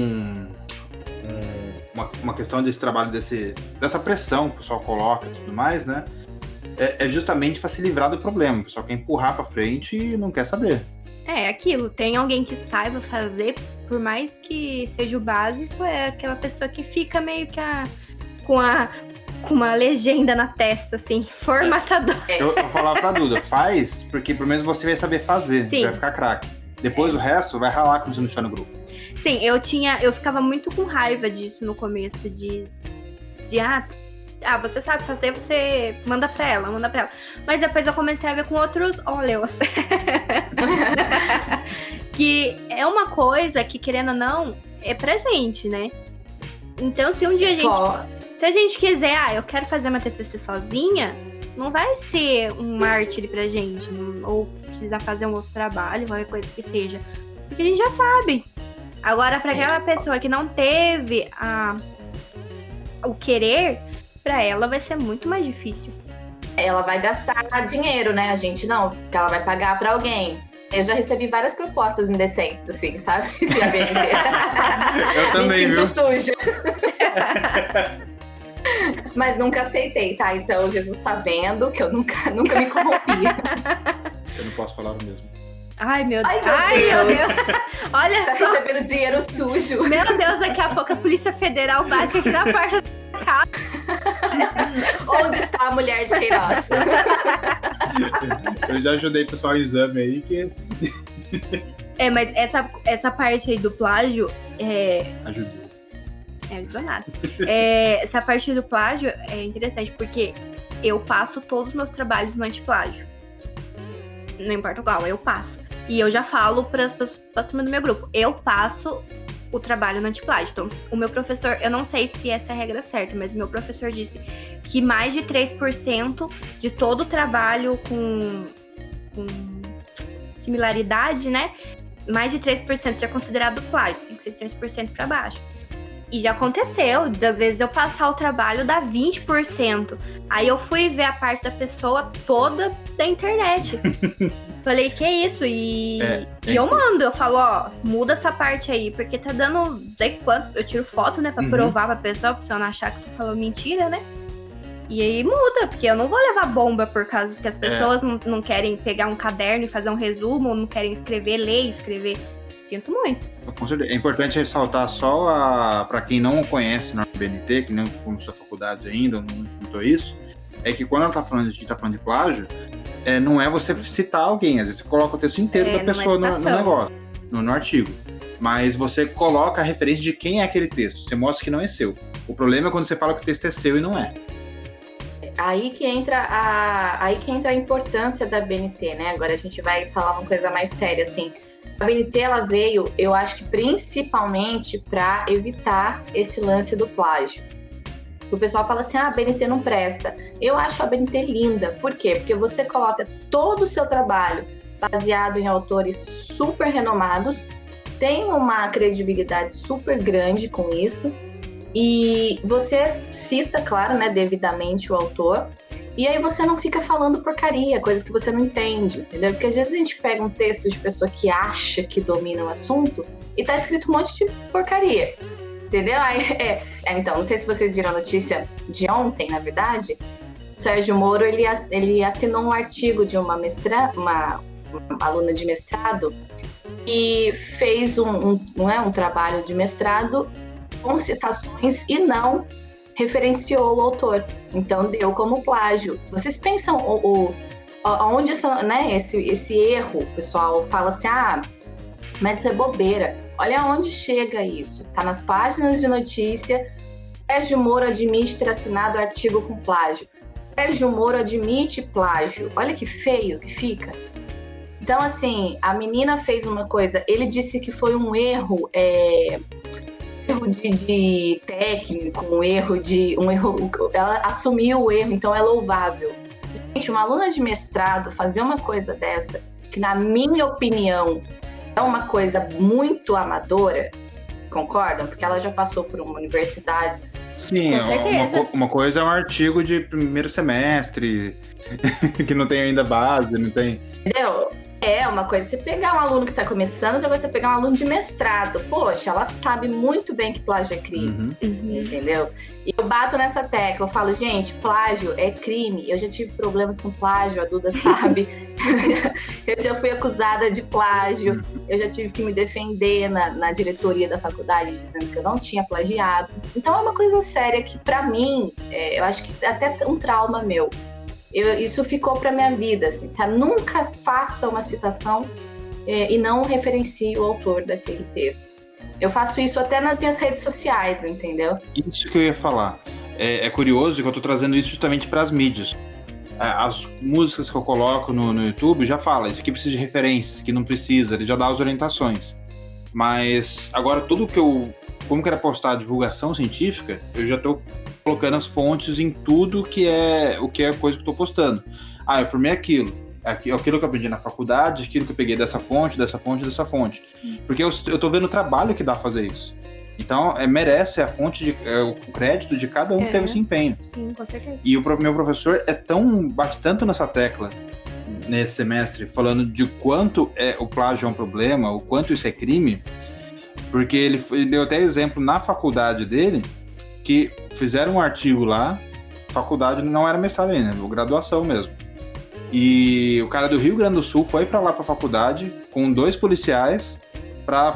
[SPEAKER 1] uma questão desse trabalho, dessa pressão que o pessoal coloca e tudo mais, né? É justamente para se livrar do problema. O pessoal quer empurrar para frente e não quer saber.
[SPEAKER 2] É aquilo, tem alguém que saiba fazer, por mais que seja o básico, é aquela pessoa que fica meio que com uma legenda na testa, assim, formatador.
[SPEAKER 1] Eu falava pra Duda, faz, porque pelo menos você vai saber fazer,
[SPEAKER 2] Sim.
[SPEAKER 1] Vai ficar craque. Depois o resto vai ralar quando você não estiver no grupo.
[SPEAKER 2] Sim, eu ficava muito com raiva disso no começo, você sabe fazer, você manda pra ela. Mas depois eu comecei a ver com outros olhos. Que é uma coisa que, querendo ou não, é pra gente, né? Então, se um dia se a gente quiser, eu quero fazer uma TCC sozinha, não vai ser um mártir pra gente, ou precisar fazer um outro trabalho, qualquer coisa que seja. Porque a gente já sabe. Agora, pra aquela pessoa que não teve o querer, pra ela vai ser muito mais difícil.
[SPEAKER 3] Ela vai gastar dinheiro, né? A gente não, porque ela vai pagar pra alguém. Eu já recebi várias propostas indecentes, assim, sabe? De ABNT.
[SPEAKER 1] Eu também,
[SPEAKER 3] me
[SPEAKER 1] viu?
[SPEAKER 3] sinto suja. Mas nunca aceitei, tá? Então Jesus tá vendo que eu nunca me corrompi.
[SPEAKER 1] Eu não posso falar o mesmo.
[SPEAKER 2] Ai, meu Deus.
[SPEAKER 3] Meu Deus.
[SPEAKER 2] Olha
[SPEAKER 3] tá
[SPEAKER 2] só.
[SPEAKER 3] recebendo dinheiro sujo.
[SPEAKER 2] Meu Deus, daqui a pouco a Polícia Federal bate aqui na porta da casa.
[SPEAKER 3] Onde está a mulher de Queiroz?
[SPEAKER 1] Eu já ajudei o pessoal em exame aí que...
[SPEAKER 2] Mas essa parte aí do plágio
[SPEAKER 1] Ajudou.
[SPEAKER 2] Ajudou nada. Essa parte do plágio é interessante, porque eu passo todos os meus trabalhos no antiplágio. Não importa qual, eu passo. E eu já falo para as turmas do meu grupo. Eu passo o trabalho no antiplágio. Então, o meu professor, eu não sei se essa é a regra certa, mas o meu professor disse que mais de 3% de todo o trabalho com similaridade, né? Mais de 3% já é considerado plágio. Tem que ser 3% para baixo. E já aconteceu, das vezes eu passar o trabalho dá 20%. Aí eu fui ver a parte da pessoa toda da internet. Falei, que isso? E eu mando, eu falo, muda essa parte aí, porque tá dando, não sei quantos, eu tiro foto, né, pra provar pra pessoa não achar que eu tô falando mentira, né? E aí muda, porque eu não vou levar bomba por causa que as pessoas não querem pegar um caderno e fazer um resumo, ou não querem ler e escrever. Sinto muito.
[SPEAKER 1] Com certeza. É importante ressaltar só para quem não conhece na BNT, que não começou a faculdade ainda, não enfrentou isso, é que quando a gente tá falando de plágio, não é você citar alguém, às vezes você coloca o texto inteiro da pessoa no negócio, no artigo. Mas você coloca a referência de quem é aquele texto, você mostra que não é seu. O problema é quando você fala que o texto é seu e não é.
[SPEAKER 3] Aí que entra a importância da BNT, né? Agora a gente vai falar uma coisa mais séria, assim. A BNT, ela veio, eu acho que principalmente para evitar esse lance do plágio. O pessoal fala assim, a BNT não presta. Eu acho a BNT linda. Por quê? Porque você coloca todo o seu trabalho baseado em autores super renomados, tem uma credibilidade super grande com isso, e você cita, claro, né, devidamente o autor, e aí você não fica falando porcaria, coisa que você não entende, entendeu? Porque às vezes a gente pega um texto de pessoa que acha que domina o assunto e tá escrito um monte de porcaria, entendeu? Então, não sei se vocês viram a notícia de ontem, na verdade, o Sérgio Moro, ele assinou um artigo de uma aluna de mestrado e fez um trabalho de mestrado com citações e não referenciou o autor. Então, deu como plágio. Vocês pensam onde né, esse erro, o pessoal fala assim, mas isso é bobeira. Olha onde chega isso. Tá nas páginas de notícia, Sérgio Moro admite ter assinado artigo com plágio. Sérgio Moro admite plágio. Olha que feio que fica. Então, assim, a menina fez uma coisa, ele disse que foi um erro, erro de técnico, ela assumiu o erro, então é louvável. Gente, uma aluna de mestrado fazer uma coisa dessa, que na minha opinião é uma coisa muito amadora, concordam? Porque ela já passou por uma universidade.
[SPEAKER 1] Sim, uma coisa é um artigo de primeiro semestre, que não tem ainda base, não tem...
[SPEAKER 3] Entendeu? É uma coisa, você pegar um aluno que está começando, outra coisa você pegar um aluno de mestrado. Poxa, ela sabe muito bem que plágio é crime, entendeu? E eu bato nessa tecla, eu falo, gente, plágio é crime. Eu já tive problemas com plágio, a Duda sabe. Eu já fui acusada de plágio, eu já tive que me defender na diretoria da faculdade, dizendo que eu não tinha plagiado. Então é uma coisa séria que, pra mim, eu acho que é até um trauma meu. Isso ficou pra minha vida, assim, sabe? Nunca faça uma citação e não referencie o autor daquele texto. Eu faço isso até nas minhas redes sociais, entendeu?
[SPEAKER 1] Isso que eu ia falar. É curioso que eu tô trazendo isso justamente para as mídias. As músicas que eu coloco no YouTube já fala, isso aqui precisa de referência, isso aqui não precisa, ele já dá as orientações. Mas agora como que era postar divulgação científica, eu já tô colocando as fontes em tudo que é coisa que eu tô postando. Eu formei aquilo que eu aprendi na faculdade, aquilo que eu peguei dessa fonte. Porque eu tô vendo o trabalho que dá fazer isso. Então, merece a fonte, o crédito de cada um que teve esse empenho.
[SPEAKER 2] Sim, com certeza.
[SPEAKER 1] E o meu professor bate tanto nessa tecla nesse semestre, falando de quanto o plágio é um problema, o quanto isso é crime, porque ele deu até exemplo na faculdade dele, que fizeram um artigo lá, faculdade não era mestrado ainda, graduação mesmo. E o cara do Rio Grande do Sul foi pra lá pra faculdade com 2 policiais pra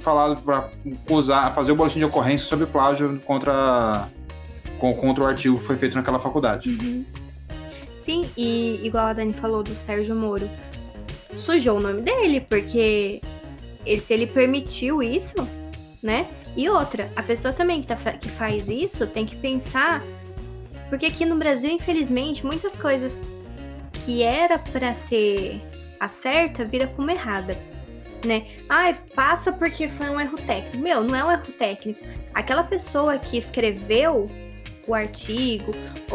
[SPEAKER 1] fazer o boletim de ocorrência sobre plágio contra o artigo que foi feito naquela faculdade.
[SPEAKER 2] Uhum. Sim, e igual a Dani falou do Sérgio Moro, sujou o nome dele, porque se ele permitiu isso, né? E outra, a pessoa também que faz isso tem que pensar, porque aqui no Brasil, infelizmente, muitas coisas que era pra ser a certa vira como errada, né? Passa porque foi um erro técnico. Não é um erro técnico. Aquela pessoa que escreveu o artigo,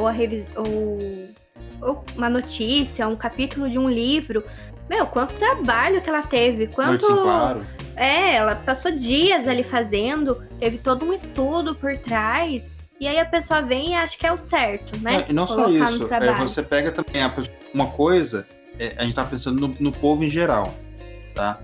[SPEAKER 2] ou uma notícia, um capítulo de um livro, quanto trabalho que ela teve,
[SPEAKER 1] Claro.
[SPEAKER 2] Ela passou dias ali fazendo, teve todo um estudo por trás, e aí a pessoa vem e acha que é o certo, né?
[SPEAKER 1] E não só isso, você pega também uma coisa, a gente tá pensando no povo em geral, tá?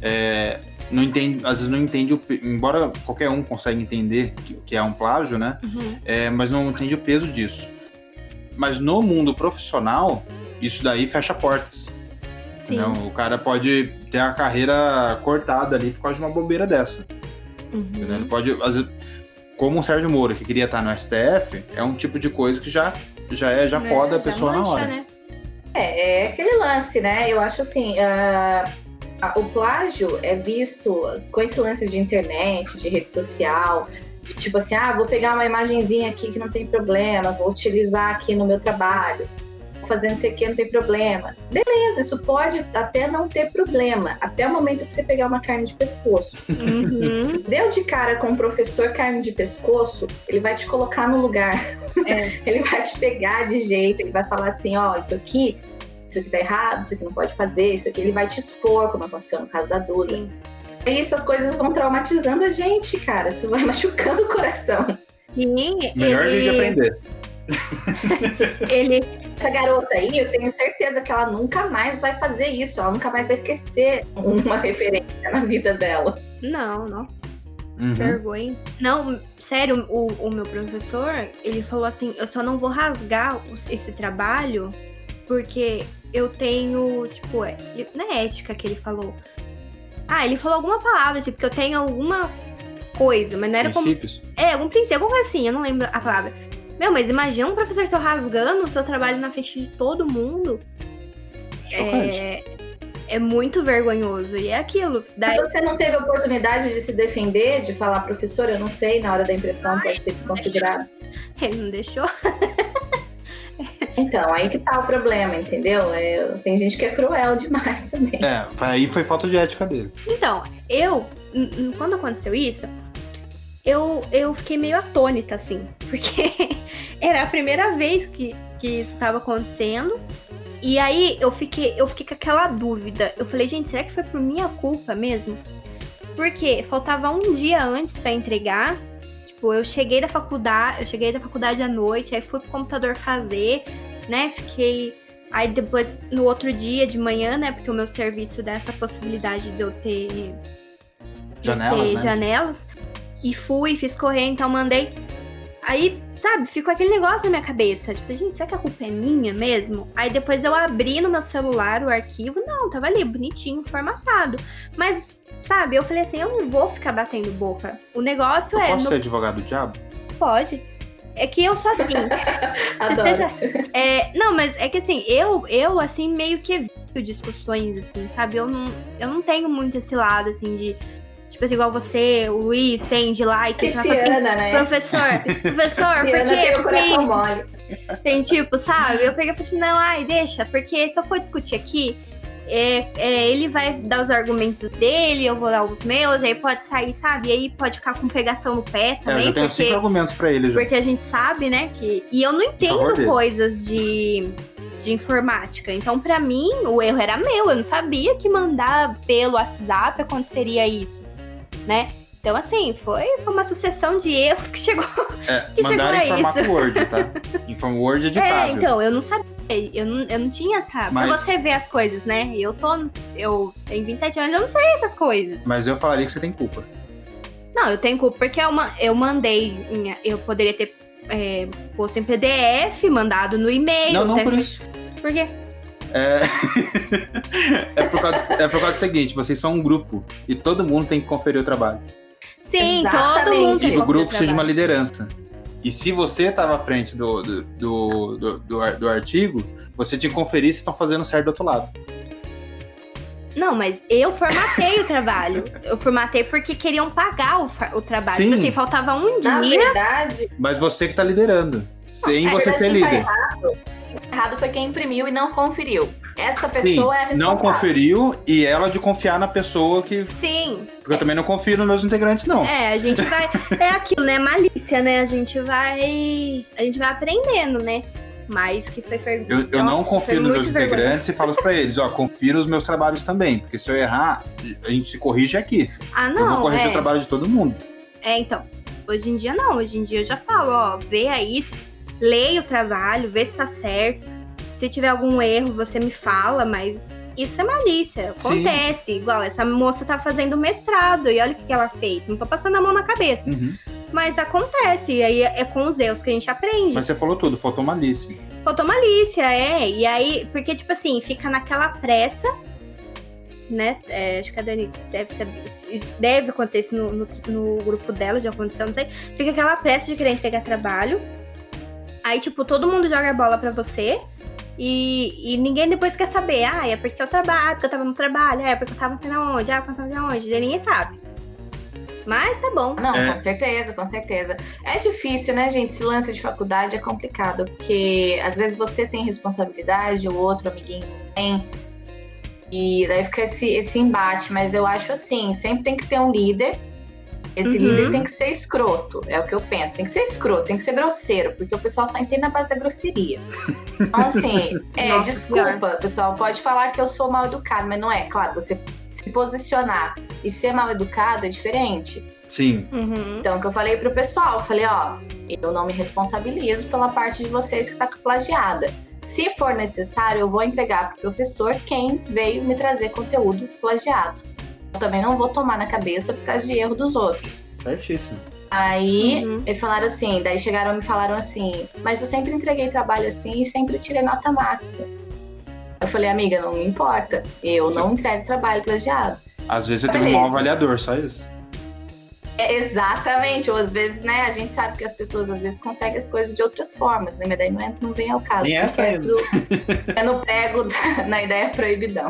[SPEAKER 1] Às vezes não entende, embora qualquer um consiga entender que é um plágio, né? Mas não entende o peso disso. Mas no mundo profissional, isso daí fecha portas.
[SPEAKER 2] Sim.
[SPEAKER 1] Não, o cara pode ter a carreira cortada ali por causa de uma bobeira dessa. Ele pode, às vezes, como o Sérgio Moro, que queria estar no STF, é um tipo de coisa que já poda a pessoa
[SPEAKER 2] mancha,
[SPEAKER 1] na hora.
[SPEAKER 2] Né?
[SPEAKER 3] É aquele lance, né? Eu acho assim, o plágio é visto com esse lance de internet, de rede social, tipo assim, vou pegar uma imagenzinha aqui que não tem problema, vou utilizar aqui no meu trabalho, fazendo isso aqui não tem problema. Beleza, isso pode até não ter problema, até o momento que você pegar uma carne de pescoço. Deu de cara com o professor carne de pescoço, ele vai te colocar no lugar. Ele vai te pegar de jeito, ele vai falar assim, isso aqui tá errado, isso aqui não pode fazer, isso aqui, ele vai te expor, como aconteceu no caso da Duda.
[SPEAKER 2] Sim.
[SPEAKER 3] E essas coisas vão traumatizando a gente, cara, isso vai machucando o coração.
[SPEAKER 2] Sim,
[SPEAKER 1] Melhor jeito de aprender.
[SPEAKER 3] Essa garota aí, eu tenho certeza que ela nunca mais vai fazer isso, ela nunca mais vai esquecer uma referência na vida dela.
[SPEAKER 2] Não, nossa. Vergonha. Não, sério, o meu professor, ele falou assim, eu só não vou rasgar esse trabalho porque eu tenho, tipo, não é ética que ele falou. Ele falou alguma palavra, assim, porque eu tenho alguma coisa, mas não era
[SPEAKER 1] princípios?
[SPEAKER 2] Algum princípio, alguma coisa assim, eu não lembro a palavra. Meu, mas imagina um professor seu rasgando o seu trabalho na frente de todo mundo. É muito vergonhoso, e é aquilo.
[SPEAKER 3] Se você não teve a oportunidade de se defender, de falar, professor, eu não sei, na hora da impressão pode ter desconfigurado.
[SPEAKER 2] Ele não deixou.
[SPEAKER 3] Então, aí que tá o problema, entendeu? Tem gente que é cruel demais também.
[SPEAKER 1] Aí foi falta de ética dele.
[SPEAKER 2] Então, quando aconteceu isso, eu fiquei meio atônita, assim, porque era a primeira vez que isso estava acontecendo. E aí eu fiquei com aquela dúvida. Eu falei, gente, será que foi por minha culpa mesmo? Porque faltava um dia antes pra entregar. Tipo, eu cheguei da faculdade à noite, aí fui pro computador fazer, né? Fiquei. Aí depois, no outro dia de manhã, né? Porque o meu serviço dá essa possibilidade de eu ter janelas. E fiz correr, então mandei. Aí, sabe, ficou aquele negócio na minha cabeça. Tipo, gente, será que a culpa é minha mesmo? Aí depois eu abri no meu celular o arquivo. Não, tava ali, bonitinho, formatado. Mas, sabe, eu falei assim, eu não vou ficar batendo boca. O negócio
[SPEAKER 1] Posso ser advogado do diabo?
[SPEAKER 2] Pode. É que eu sou assim.
[SPEAKER 3] Adoro.
[SPEAKER 2] Não, mas é que assim, eu assim, meio que evito discussões, assim, sabe? Eu não tenho muito esse lado, assim, de... Tipo assim, igual você, o Luiz, tem de lá e que
[SPEAKER 3] você vai falar,
[SPEAKER 2] né? Professor, por quê?
[SPEAKER 3] Tem o coração mole.
[SPEAKER 2] Tem tipo, sabe? Eu peguei e falei assim, não, deixa, porque se eu for discutir aqui, ele vai dar os argumentos dele, eu vou dar os meus, aí pode sair, sabe? E aí pode ficar com pegação no pé também.
[SPEAKER 1] Eu já tenho 5 argumentos pra ele já.
[SPEAKER 2] Porque a gente sabe, né, que... E eu não entendo coisas de informática. Então, pra mim, o erro era meu. Eu não sabia que mandar pelo WhatsApp aconteceria isso, né? Então, assim, foi uma sucessão de erros que chegou
[SPEAKER 1] mandaram em formato Word, tá? Em formato Word editável.
[SPEAKER 2] Então, eu não sabia. Eu não tinha, sabe? Mas... Pra você ver as coisas, né? Eu tenho 27 anos, eu não sei essas coisas.
[SPEAKER 1] Mas eu falaria que você tem culpa.
[SPEAKER 2] Não, eu tenho culpa porque eu mandei... Eu poderia ter posto em PDF, mandado no e-mail.
[SPEAKER 1] Não por isso.
[SPEAKER 2] Por quê?
[SPEAKER 1] É por causa do seguinte, vocês são um grupo e todo mundo tem que conferir o trabalho.
[SPEAKER 2] Sim, exatamente. Todo mundo tem que
[SPEAKER 1] o grupo precisa de uma liderança. E se você estava à frente do artigo, você tinha que conferir se estão fazendo certo do outro lado.
[SPEAKER 2] Não, mas eu formatei o trabalho. Eu formatei porque queriam pagar o trabalho.
[SPEAKER 1] Sim.
[SPEAKER 2] Tipo assim, faltava um dia.
[SPEAKER 3] Na verdade...
[SPEAKER 1] Mas você que tá liderando. Sem você ser líder.
[SPEAKER 3] Errado foi quem imprimiu e não conferiu. Essa pessoa é a responsável.
[SPEAKER 1] Não conferiu e ela de confiar na pessoa que...
[SPEAKER 2] Sim.
[SPEAKER 1] Porque eu também não confio nos meus integrantes, não.
[SPEAKER 2] A gente vai... É aquilo, né? Malícia, né? A gente vai aprendendo, né? Mas que foi...
[SPEAKER 1] Eu não confio nos meus integrantes e falo isso pra eles. Confio nos meus trabalhos também. Porque se eu errar, a gente se corrige aqui.
[SPEAKER 2] Não,
[SPEAKER 1] eu vou corrigir o trabalho de todo mundo.
[SPEAKER 2] Então. Hoje em dia, não. Hoje em dia eu já falo, vê aí, leia o trabalho, vê se tá certo. Se tiver algum erro, você me fala, mas isso é malícia. Acontece. Sim. Igual, essa moça tá fazendo mestrado e olha o que ela fez. Não tô passando a mão na cabeça.
[SPEAKER 1] Uhum.
[SPEAKER 2] Mas acontece. E aí é com os erros que a gente aprende.
[SPEAKER 1] Mas você falou tudo, faltou malícia.
[SPEAKER 2] faltou malícia, e aí, porque, tipo assim, fica naquela pressa, né, acho que a Dani deve acontecer isso no grupo dela, já aconteceu, não sei, fica aquela pressa de querer entregar trabalho, aí, tipo, todo mundo joga a bola pra você, e ninguém depois quer saber, é porque eu trabalho, porque eu tava no trabalho, é porque eu tava não sei aonde, porque eu tava não sei aonde, daí ninguém sabe. Mas tá bom.
[SPEAKER 3] Não, com certeza, com certeza. É difícil, né, gente? Esse lance de faculdade é complicado, porque às vezes você tem responsabilidade, o outro amiguinho não tem. E daí fica esse embate. Mas eu acho assim, sempre tem que ter um líder. Esse líder tem que ser escroto, é o que eu penso. Tem que ser escroto, tem que ser grosseiro, porque o pessoal só entende na base da grosseria. Então, assim, nossa, desculpa, pessoal, pode falar que eu sou mal educado, mas não é. Claro, você se posicionar e ser mal educado é diferente.
[SPEAKER 1] Sim.
[SPEAKER 3] Então, o que eu falei pro pessoal, eu falei, eu não me responsabilizo pela parte de vocês que tá plagiada. Se for necessário, eu vou entregar pro professor quem veio me trazer conteúdo plagiado. Eu também não vou tomar na cabeça por causa de erro dos outros.
[SPEAKER 1] Certíssimo.
[SPEAKER 3] Aí, eles falaram assim, daí chegaram e me falaram assim, mas eu sempre entreguei trabalho assim e sempre tirei nota máxima. Eu falei, amiga, não me importa, eu não entrego trabalho plagiado.
[SPEAKER 1] Às vezes você tem um mau avaliador, só isso.
[SPEAKER 3] Exatamente, ou às vezes, né, a gente sabe que as pessoas às vezes conseguem as coisas de outras formas, né, mas daí não vem ao caso.
[SPEAKER 1] Nem essa ainda.
[SPEAKER 3] Eu não prego na ideia proibidão.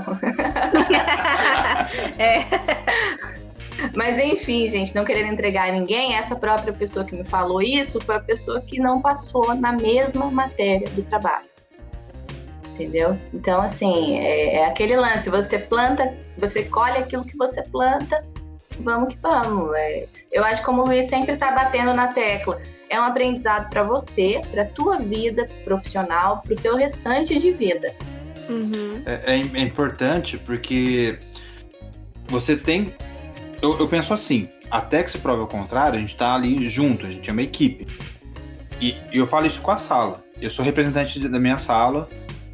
[SPEAKER 3] Mas enfim, gente, não querendo entregar a ninguém, essa própria pessoa que me falou isso foi a pessoa que não passou na mesma matéria do trabalho. Entendeu? Então, assim, é aquele lance, você planta, você colhe aquilo que você planta, vamos que vamos. Eu acho que como o Luiz sempre tá batendo na tecla, é um aprendizado para você, pra tua vida profissional, pro teu restante de vida.
[SPEAKER 1] É importante porque você tem... Eu penso assim, até que se prove ao contrário, a gente tá ali junto, a gente é uma equipe. E eu falo isso com a sala. Eu sou representante da minha sala.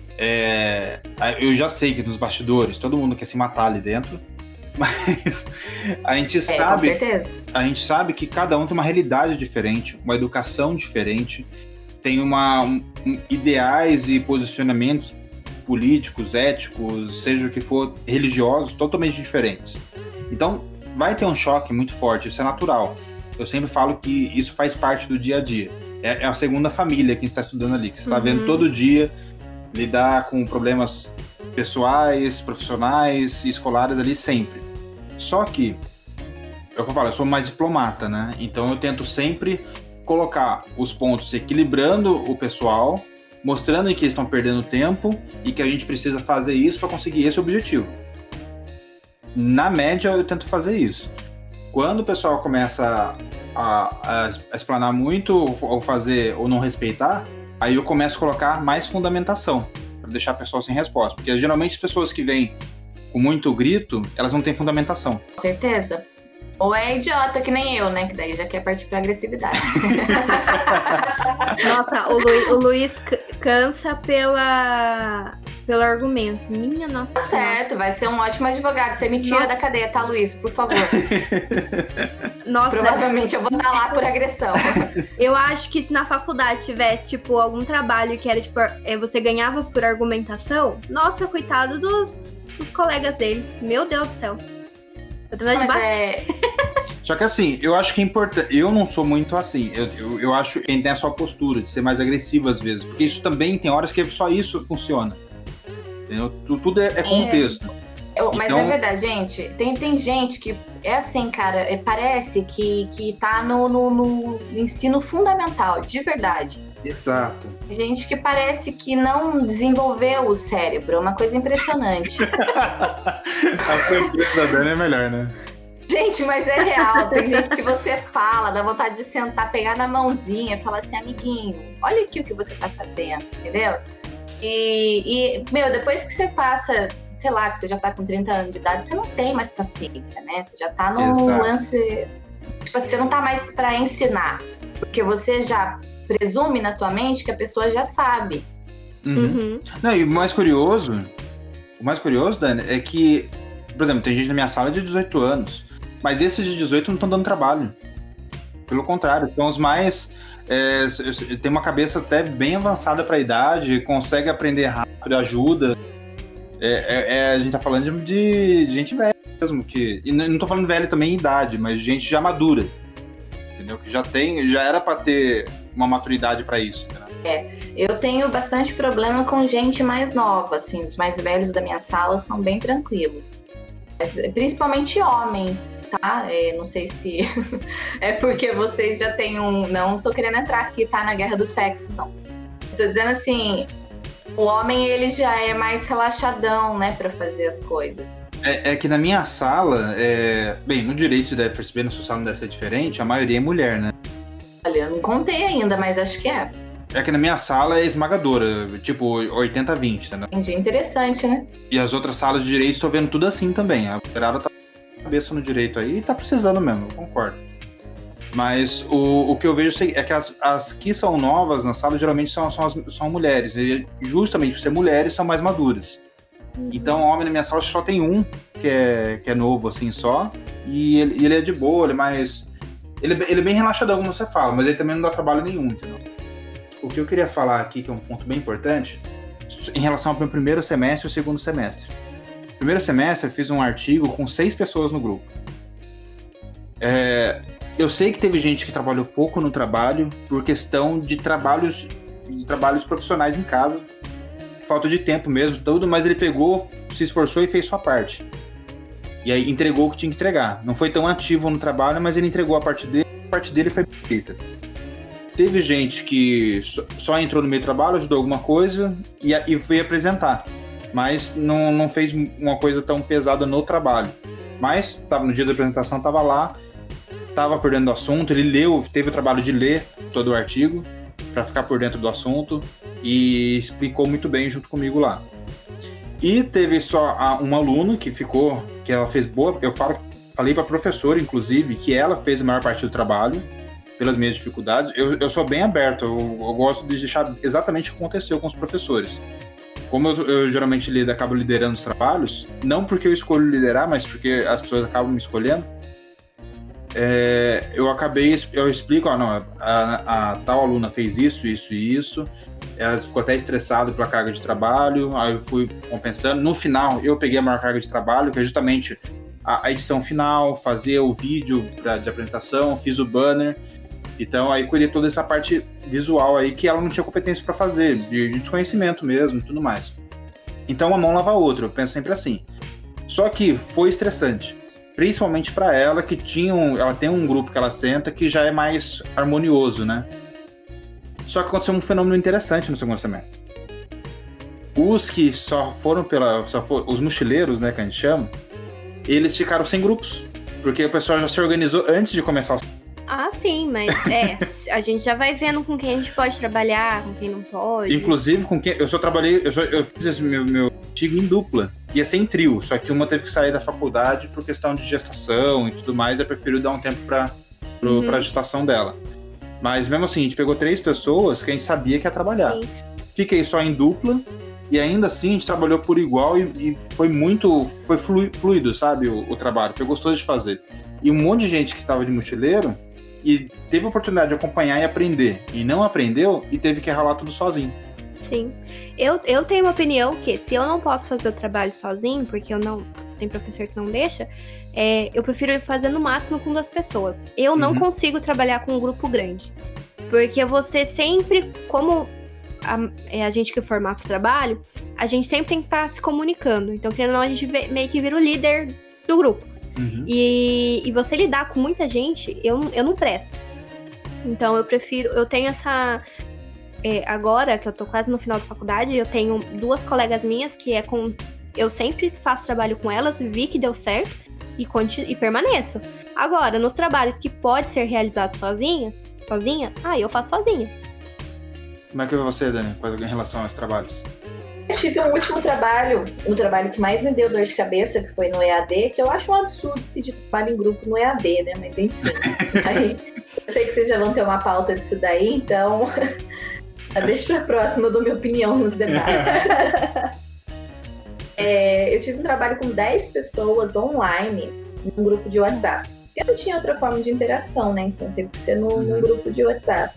[SPEAKER 1] Eu já sei que nos bastidores todo mundo quer se matar ali dentro, mas a gente sabe,
[SPEAKER 3] com certeza.
[SPEAKER 1] A gente sabe que cada um tem uma realidade diferente, uma educação diferente, tem ideais e posicionamentos políticos, éticos, seja o que for, religiosos, totalmente diferentes. Então vai ter um choque muito forte, isso é natural. Eu sempre falo que isso faz parte do dia a dia. É a segunda família que está estudando ali, que você está vendo todo dia, lidar com problemas pessoais, profissionais e escolares ali sempre. Só que, é o que eu falo, eu sou mais diplomata, né? Então eu tento sempre colocar os pontos equilibrando o pessoal, mostrando que eles estão perdendo tempo e que a gente precisa fazer isso para conseguir esse objetivo. Na média, eu tento fazer isso. Quando o pessoal começa a explanar muito ou fazer ou não respeitar, aí eu começo a colocar mais fundamentação para deixar a pessoa sem resposta. Porque geralmente as pessoas que vêm com muito grito, elas não têm fundamentação.
[SPEAKER 3] Com certeza. Ou é idiota que nem eu, né? Que daí já quer partir pra agressividade.
[SPEAKER 2] Nossa, o Luiz cansa pelo argumento. Minha nossa.
[SPEAKER 3] Tá certo, vai ser um ótimo advogado. Você me tira da cadeia, tá, Luiz? Por favor.
[SPEAKER 2] Nossa,
[SPEAKER 3] provavelmente eu vou estar lá por agressão.
[SPEAKER 2] Eu acho que se na faculdade tivesse, tipo, algum trabalho que era, tipo, você ganhava por argumentação, nossa, coitado dos colegas dele. Meu Deus do céu. Eu tô de bater.
[SPEAKER 1] Só que assim, eu acho que é importante. Eu não sou muito assim. Eu acho que quem tem a sua postura de ser mais agressivo às vezes. Porque isso também tem horas que só isso funciona. Entendeu? Tudo é contexto.
[SPEAKER 3] Mas
[SPEAKER 1] então...
[SPEAKER 3] é verdade, gente. Tem gente que é assim, cara. Parece que tá no ensino fundamental, de verdade.
[SPEAKER 1] Exato.
[SPEAKER 3] Gente que parece que não desenvolveu o cérebro. É uma coisa impressionante.
[SPEAKER 1] A franquia da Dani é melhor, né?
[SPEAKER 3] Gente, mas é real. Tem gente que você fala, dá vontade de sentar, pegar na mãozinha e falar assim, amiguinho, olha aqui o que você tá fazendo, entendeu? E meu, depois que você passa, sei lá, que você já tá com 30 anos de idade, você não tem mais paciência, né? Você já tá no lance... Tipo, você não tá mais pra ensinar. Porque você já presume na tua mente que a pessoa já sabe.
[SPEAKER 1] Não, e o mais curioso, Dani, é que, por exemplo, tem gente na minha sala de 18 anos, mas esses de 18 não estão dando trabalho. Pelo contrário, são os mais... tem uma cabeça até bem avançada para a idade, consegue aprender rápido, ajuda. A gente tá falando de gente velha mesmo, e não tô falando velha também em idade, mas gente já madura, entendeu? Que já era para ter uma maturidade para isso. Entendeu?
[SPEAKER 3] Eu tenho bastante problema com gente mais nova, assim, os mais velhos da minha sala são bem tranquilos, mas, principalmente homem, tá? Não sei se é porque vocês já têm não tô querendo entrar aqui, tá, na guerra dos sexos, não. Estou dizendo assim, o homem, ele já é mais relaxadão, né, pra fazer as coisas.
[SPEAKER 1] É que na minha sala, bem, no direito você deve perceber, na sua sala não deve ser diferente, a maioria é mulher, né?
[SPEAKER 3] Olha, eu não contei ainda, mas acho que é.
[SPEAKER 1] É que na minha sala é esmagadora, tipo 80-20, né?
[SPEAKER 3] Entendi, interessante, né?
[SPEAKER 1] E as outras salas de direito, estou vendo tudo assim também. A mulherada tá com a cabeça no direito aí e tá precisando mesmo, eu concordo. Mas o que eu vejo é que as que são novas na sala geralmente são mulheres. E justamente por ser mulheres, são mais maduras. Então, homem na minha sala só tem um que é novo, assim, só. E ele é de boa, ele é mais... Ele é bem relaxadão, como você fala, mas ele também não dá trabalho nenhum, entendeu? O que eu queria falar aqui, que é um ponto bem importante, em relação ao meu primeiro semestre e o segundo semestre. No primeiro semestre, eu fiz um artigo com 6 pessoas no grupo. Eu sei que teve gente que trabalhou pouco no trabalho por questão de trabalhos profissionais em casa, falta de tempo mesmo, tudo, mas ele pegou, se esforçou e fez sua parte. E aí entregou o que tinha que entregar. Não foi tão ativo no trabalho, mas ele entregou a parte dele foi feita. Teve gente que só entrou no meio do trabalho, ajudou alguma coisa e veio apresentar, mas não fez uma coisa tão pesada no trabalho. Mas no dia da apresentação estava lá, estava por dentro do assunto, ele teve o trabalho de ler todo o artigo para ficar por dentro do assunto e explicou muito bem junto comigo lá. E teve só uma aluna que ela fez boa, falei para a professora, inclusive, que ela fez a maior parte do trabalho, pelas minhas dificuldades. Eu sou bem aberto, eu gosto de deixar exatamente o que aconteceu com os professores. Como eu geralmente acabo liderando os trabalhos, não porque eu escolho liderar, mas porque as pessoas acabam me escolhendo, eu explico, a tal aluna fez isso, isso e isso, ela ficou até estressada pela carga de trabalho, aí eu fui compensando. No final, eu peguei a maior carga de trabalho, que é justamente a edição final, fazer o vídeo de apresentação, fiz o banner. Então, aí cuidei toda essa parte visual aí que ela não tinha competência para fazer, de desconhecimento mesmo e tudo mais. Então, uma mão lava a outra, eu penso sempre assim. Só que foi estressante, principalmente para ela, ela tem um grupo que ela senta que já é mais harmonioso, né? Só que aconteceu um fenômeno interessante no segundo semestre. Os que só foram os mochileiros, né, que a gente chama, eles ficaram sem grupos, porque o pessoal já se organizou antes de começar os...
[SPEAKER 2] Ah, sim, mas a gente já vai vendo com quem a gente pode trabalhar, com quem não pode.
[SPEAKER 1] Inclusive, com quem eu fiz esse meu artigo em dupla, ia ser em trio, só que uma teve que sair da faculdade por questão de gestação e tudo mais, eu prefiro dar um tempo pra gestação dela. Mas mesmo assim, a gente pegou 3 pessoas que a gente sabia que ia trabalhar. Sim. Fiquei só em dupla, e ainda assim a gente trabalhou por igual e foi fluido, sabe, o trabalho, foi gostoso de fazer. E um monte de gente que estava de mochileiro e teve a oportunidade de acompanhar e aprender, e não aprendeu e teve que ralar tudo sozinho.
[SPEAKER 2] Sim. Eu tenho uma opinião que se eu não posso fazer o trabalho sozinho, porque tem professor que não deixa, eu prefiro fazer no máximo com 2 pessoas. Eu não consigo trabalhar com um grupo grande. Porque você sempre, como a gente que formata o trabalho, a gente sempre tem que estar se comunicando. Então, querendo ou não, a gente meio que vira o líder do grupo. E você lidar com muita gente, eu não presto. Então, eu tenho essa... agora, que eu tô quase no final da faculdade, eu tenho 2 colegas minhas que eu sempre faço trabalho com elas, vi que deu certo e permaneço. Agora, nos trabalhos que pode ser realizado sozinha, eu faço sozinha.
[SPEAKER 1] Como é que é você, Dani, em relação aos trabalhos?
[SPEAKER 3] Eu tive um último trabalho, o trabalho que mais me deu dor de cabeça, que foi no EAD, que eu acho um absurdo pedir trabalho em grupo no EAD, né? Mas enfim, aí, eu sei que vocês já vão ter uma pauta disso daí, então deixa pra próxima, eu dou minha opinião nos debates. Eu tive um trabalho com 10 pessoas online num grupo de WhatsApp. Eu não tinha outra forma de interação, né? Então teve que ser num grupo de WhatsApp.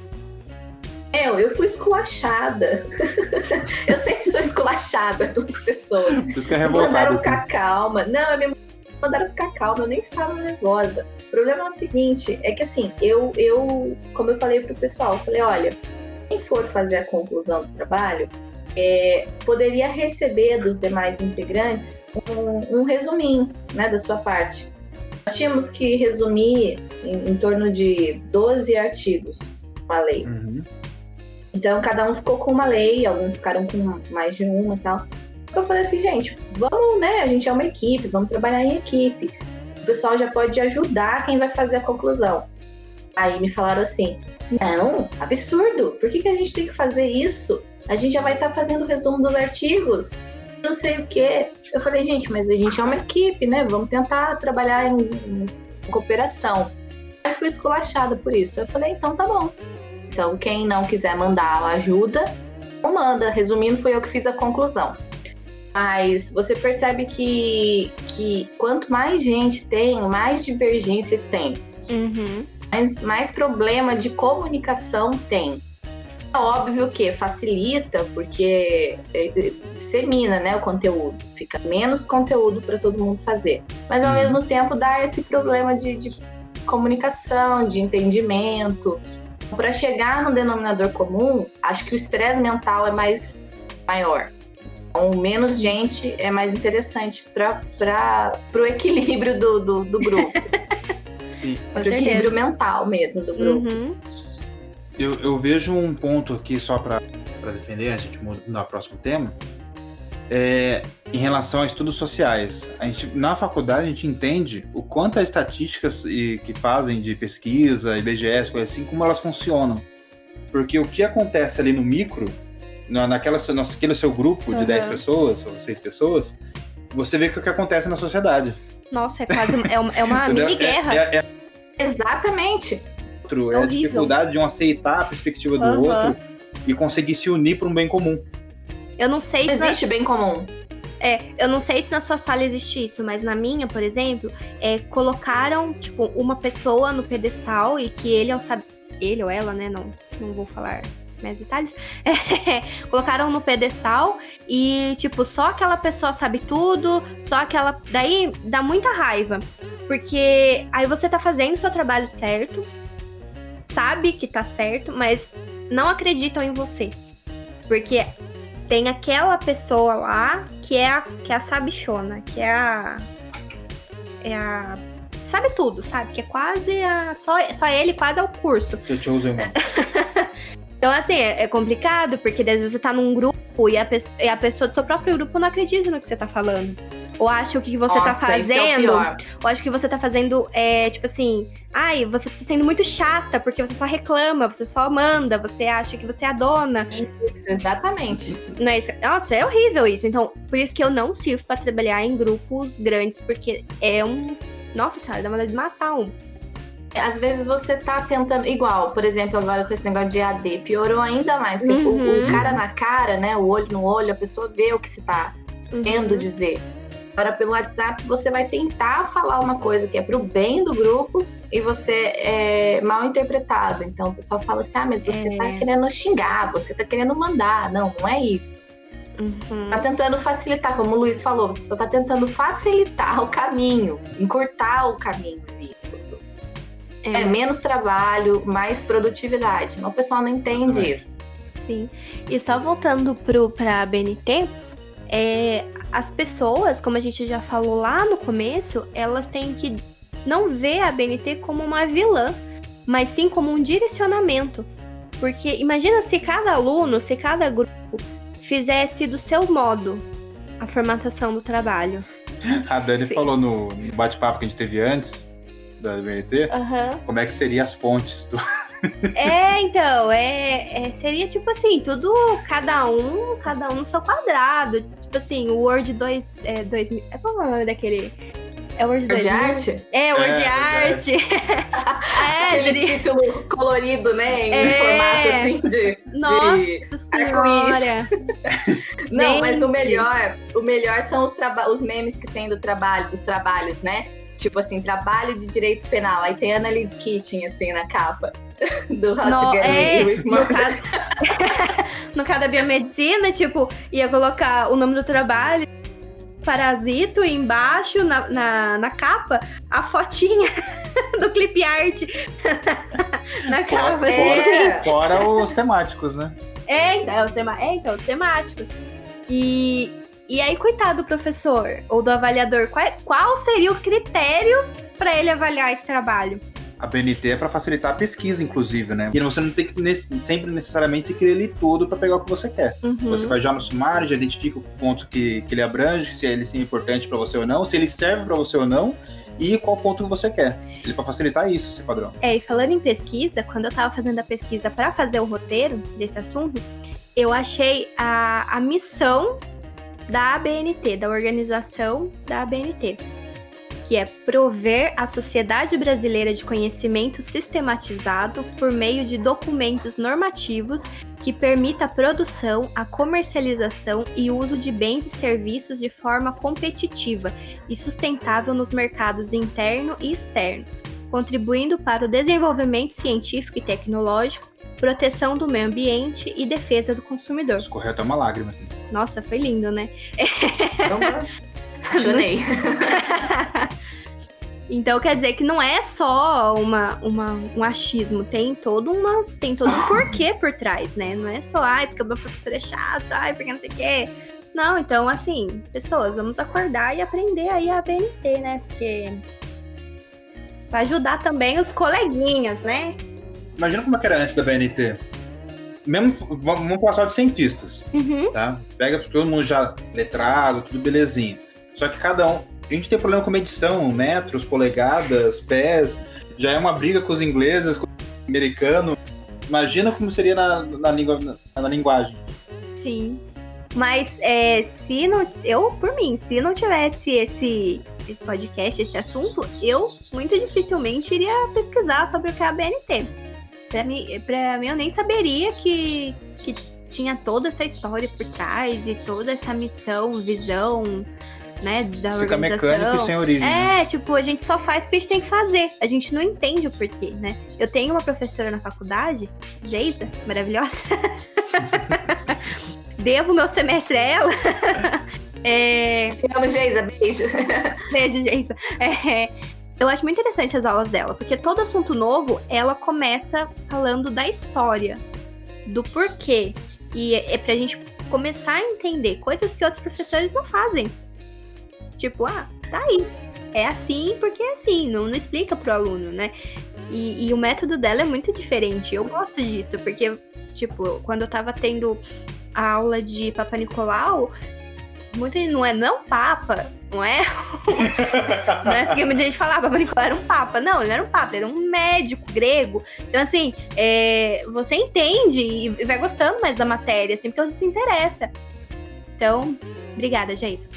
[SPEAKER 3] Eu fui esculachada. Eu sempre sou esculachada pelas pessoas.
[SPEAKER 1] Por isso que é
[SPEAKER 3] Me
[SPEAKER 1] revoltado.
[SPEAKER 3] mandaram ficar calma. Não, me mandaram ficar calma, eu nem estava nervosa. O problema é o seguinte, é que assim, eu como eu falei pro pessoal, eu falei, olha, quem for fazer a conclusão do trabalho, poderia receber dos demais integrantes um resuminho, né, da sua parte. Nós tínhamos que resumir em torno de 12 artigos uma lei. Então, cada um ficou com uma lei, alguns ficaram com mais de uma e tal. Eu falei assim, gente, vamos, né, a gente é uma equipe, vamos trabalhar em equipe. O pessoal já pode ajudar quem vai fazer a conclusão. Aí me falaram assim, não, absurdo, por que a gente tem que fazer isso? A gente já vai estar fazendo o resumo dos artigos, não sei o quê. Eu falei, gente, mas a gente é uma equipe, né? Vamos tentar trabalhar em cooperação. Aí fui esculachada por isso. Eu falei, então tá bom. Então quem não quiser mandar ajuda, não manda. Resumindo, foi eu que fiz a conclusão. Mas você percebe que quanto mais gente tem, mais divergência tem. Mais problema de comunicação tem. É óbvio que facilita, porque dissemina, né, o conteúdo. Fica menos conteúdo para todo mundo fazer. Mas ao mesmo tempo dá esse problema de comunicação, de entendimento. Para chegar no denominador comum, acho que o estresse mental é maior. Então, menos gente é mais interessante para o equilíbrio do grupo.
[SPEAKER 1] Sim.
[SPEAKER 3] Para o equilíbrio mental mesmo do grupo.
[SPEAKER 1] Eu vejo um ponto aqui só para defender, a gente mudar o próximo tema, em relação a estudos sociais. Na faculdade a gente entende o quanto as estatísticas que fazem de pesquisa, IBGE, coisas assim, como elas funcionam. Porque o que acontece ali no micro, naquele seu grupo de 10 pessoas ou 6 pessoas, você vê o que acontece na sociedade.
[SPEAKER 2] Nossa, é quase uma mini-guerra.
[SPEAKER 3] Exatamente.
[SPEAKER 1] É a dificuldade de um aceitar a perspectiva do outro e conseguir se unir para um bem comum.
[SPEAKER 2] Eu não sei.
[SPEAKER 3] Não existe bem comum.
[SPEAKER 2] Eu não sei se na sua sala existe isso, mas na minha, por exemplo, colocaram, tipo, uma pessoa no pedestal e que ele ou ela, né, não vou falar mais detalhes, colocaram no pedestal e, tipo, só aquela pessoa sabe tudo, só aquela... Daí dá muita raiva, porque aí você tá fazendo o seu trabalho certo, sabe que tá certo, mas não acreditam em você, porque tem aquela pessoa lá que é a sabichona, que é a sabe tudo, sabe? Que é quase só ele quase é o curso.
[SPEAKER 1] Eu te uso, irmão.
[SPEAKER 2] Então, assim, é complicado, porque às vezes você tá num grupo e a pessoa do seu próprio grupo não acredita no que você tá falando. Ou acha que o que você tá fazendo... Ou acha que você tá fazendo, tipo assim... Ai, você tá sendo muito chata, porque você só reclama, você só manda, você acha que você é a dona.
[SPEAKER 3] Isso, exatamente.
[SPEAKER 2] Não é isso? Nossa, é horrível isso. Então, por isso que eu não sirvo pra trabalhar em grupos grandes, porque Nossa senhora, dá vontade de matar um.
[SPEAKER 3] Às vezes você tá tentando... Igual, por exemplo, agora com esse negócio de AD, piorou ainda mais. Porque o cara na cara, né? O olho no olho, a pessoa vê o que você tá querendo dizer. Agora, pelo WhatsApp, você vai tentar falar uma coisa que é pro bem do grupo e você é mal interpretado. Então, o pessoal fala assim, mas você tá querendo xingar, você tá querendo mandar. Não é isso. Tá tentando facilitar, como o Luiz falou, você só tá tentando facilitar o caminho, encurtar o caminho ali. Menos trabalho, mais produtividade. Mas o pessoal não entende isso.
[SPEAKER 2] Sim. E só voltando pra BNT, as pessoas, como a gente já falou lá no começo, elas têm que não ver a BNT como uma vilã, mas sim como um direcionamento. Porque imagina se cada aluno, se cada grupo fizesse do seu modo a formatação do trabalho.
[SPEAKER 1] A Dani falou no bate-papo que a gente teve antes da BNT, como é que seriam as fontes do...
[SPEAKER 2] Então, seria tipo assim, tudo, cada um no seu quadrado. Tipo assim, o Word 2000... Qual é o nome daquele... É Word 2000?
[SPEAKER 3] Art?
[SPEAKER 2] Word Art.
[SPEAKER 3] Aquele título colorido, né? Em formato assim de
[SPEAKER 2] arco-íris.
[SPEAKER 3] Não, mas o melhor são os memes que tem dos trabalhos, né? Tipo assim, trabalho de direito penal. Aí tem Annalise Keating, assim, na capa. Do How to Get Away with Murder.
[SPEAKER 2] No caso da biomedicina, tipo, ia colocar o nome do trabalho, parasito, e embaixo, na capa, a fotinha do clip art. Na capa.
[SPEAKER 1] Fora os temáticos, né?
[SPEAKER 2] Então, os temáticos. E aí, coitado do professor ou do avaliador, qual seria o critério para ele avaliar esse trabalho?
[SPEAKER 1] A BNT é para facilitar a pesquisa, inclusive, né? E você não tem que sempre necessariamente ter que ler tudo para pegar o que você quer.
[SPEAKER 2] Uhum.
[SPEAKER 1] Você vai já no sumário, já identifica o ponto que ele abrange, se ele é importante para você ou não, se ele serve para você ou não, e qual ponto que você quer. Ele para facilitar isso, esse padrão.
[SPEAKER 2] E falando em pesquisa, quando eu tava fazendo a pesquisa para fazer o roteiro desse assunto, eu achei a missão da ABNT, da organização da ABNT, que é prover a sociedade brasileira de conhecimento sistematizado por meio de documentos normativos que permita a produção, a comercialização e uso de bens e serviços de forma competitiva e sustentável nos mercados interno e externo, contribuindo para o desenvolvimento científico e tecnológico, proteção do meio ambiente e defesa do consumidor.
[SPEAKER 1] Escorreu até uma lágrima.
[SPEAKER 2] Nossa, foi lindo, né?
[SPEAKER 3] Chorei.
[SPEAKER 2] Então quer dizer que não é só um achismo, tem todo um porquê por trás, né? Não é só, porque o meu professor é chato, porque não sei o quê. Não, então assim, pessoas, vamos acordar e aprender aí a BNT, né? Porque vai ajudar também os coleguinhas, né?
[SPEAKER 1] Imagina como é que era antes da BNT. Mesmo, vamos passar de cientistas, tá? Pega todo mundo já letrado, tudo belezinha. Só que cada um... A gente tem problema com medição, metros, polegadas, pés. Já é uma briga com os ingleses, com o americano. Imagina como seria na linguagem.
[SPEAKER 2] Sim. Mas se não tivesse esse podcast, esse assunto, eu muito dificilmente iria pesquisar sobre o que é a BNT. Pra mim, eu nem saberia que tinha toda essa história por trás e toda essa missão, visão, né, da
[SPEAKER 1] Fica
[SPEAKER 2] organização.
[SPEAKER 1] Mecânico e sem origem.
[SPEAKER 2] Tipo, a gente só faz porque a gente tem que fazer. A gente não entende o porquê, né? Eu tenho uma professora na faculdade, Geisa, maravilhosa. Devo meu semestre a ela.
[SPEAKER 3] Te amo, Geisa, beijo.
[SPEAKER 2] Beijo, Geisa. Eu acho muito interessante as aulas dela, porque todo assunto novo, ela começa falando da história, do porquê. E é pra gente começar a entender coisas que outros professores não fazem. Tipo, tá aí. É assim porque é assim, não explica pro aluno, né? E o método dela é muito diferente. Eu gosto disso, porque, tipo, quando eu tava tendo a aula de Papa Nicolau, muito não é papa, não é? Não é porque muita gente falava que Papa Nicolau era um papa. Não, ele era um papa, ele era um médico grego. Então, assim, você entende e vai gostando mais da matéria, assim, porque você se interessa. Então, obrigada, Geisa.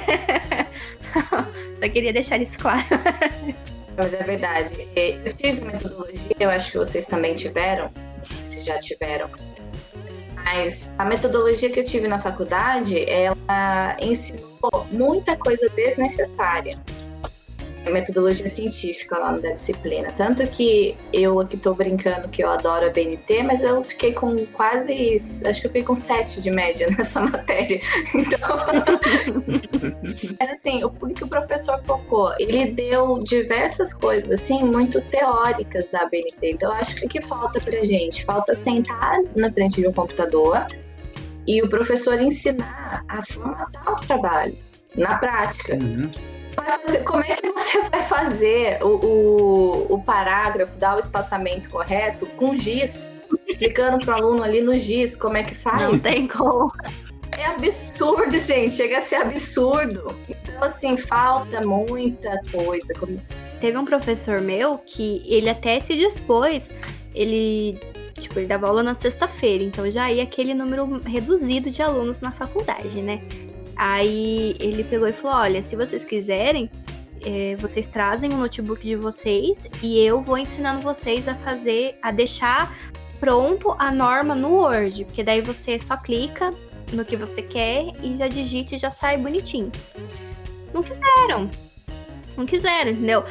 [SPEAKER 2] Só queria deixar isso claro.
[SPEAKER 3] Mas é verdade. Eu tive metodologia, eu acho que vocês também tiveram. Não sei se já tiveram. Mas a metodologia que eu tive na faculdade, ela ensinou muita coisa desnecessária. Metodologia científica, é o nome da disciplina. Tanto que eu aqui tô brincando que eu adoro a BNT, mas eu fiquei com acho que eu fiquei com 7 de média nessa matéria. Então, mas assim, o que o professor focou? Ele deu diversas coisas, assim, muito teóricas da BNT. Então, eu acho que o que falta pra gente? Falta sentar na frente de um computador e o professor ensinar a formatar o trabalho na prática. Como é que você vai fazer o parágrafo, dar o espaçamento correto com giz, explicando para o aluno ali no giz como é que faz?
[SPEAKER 2] Não tem como.
[SPEAKER 3] É absurdo, gente, chega a ser absurdo. Então, assim, falta muita coisa.
[SPEAKER 2] Teve um professor meu que ele até se dispôs, ele dava aula na sexta-feira, então já ia aquele número reduzido de alunos na faculdade, né? Aí ele pegou e falou, olha, se vocês quiserem, vocês trazem o notebook de vocês e eu vou ensinando vocês a deixar pronto a norma no Word, porque daí você só clica no que você quer e já digita e já sai bonitinho. Não quiseram. não quiseram, entendeu?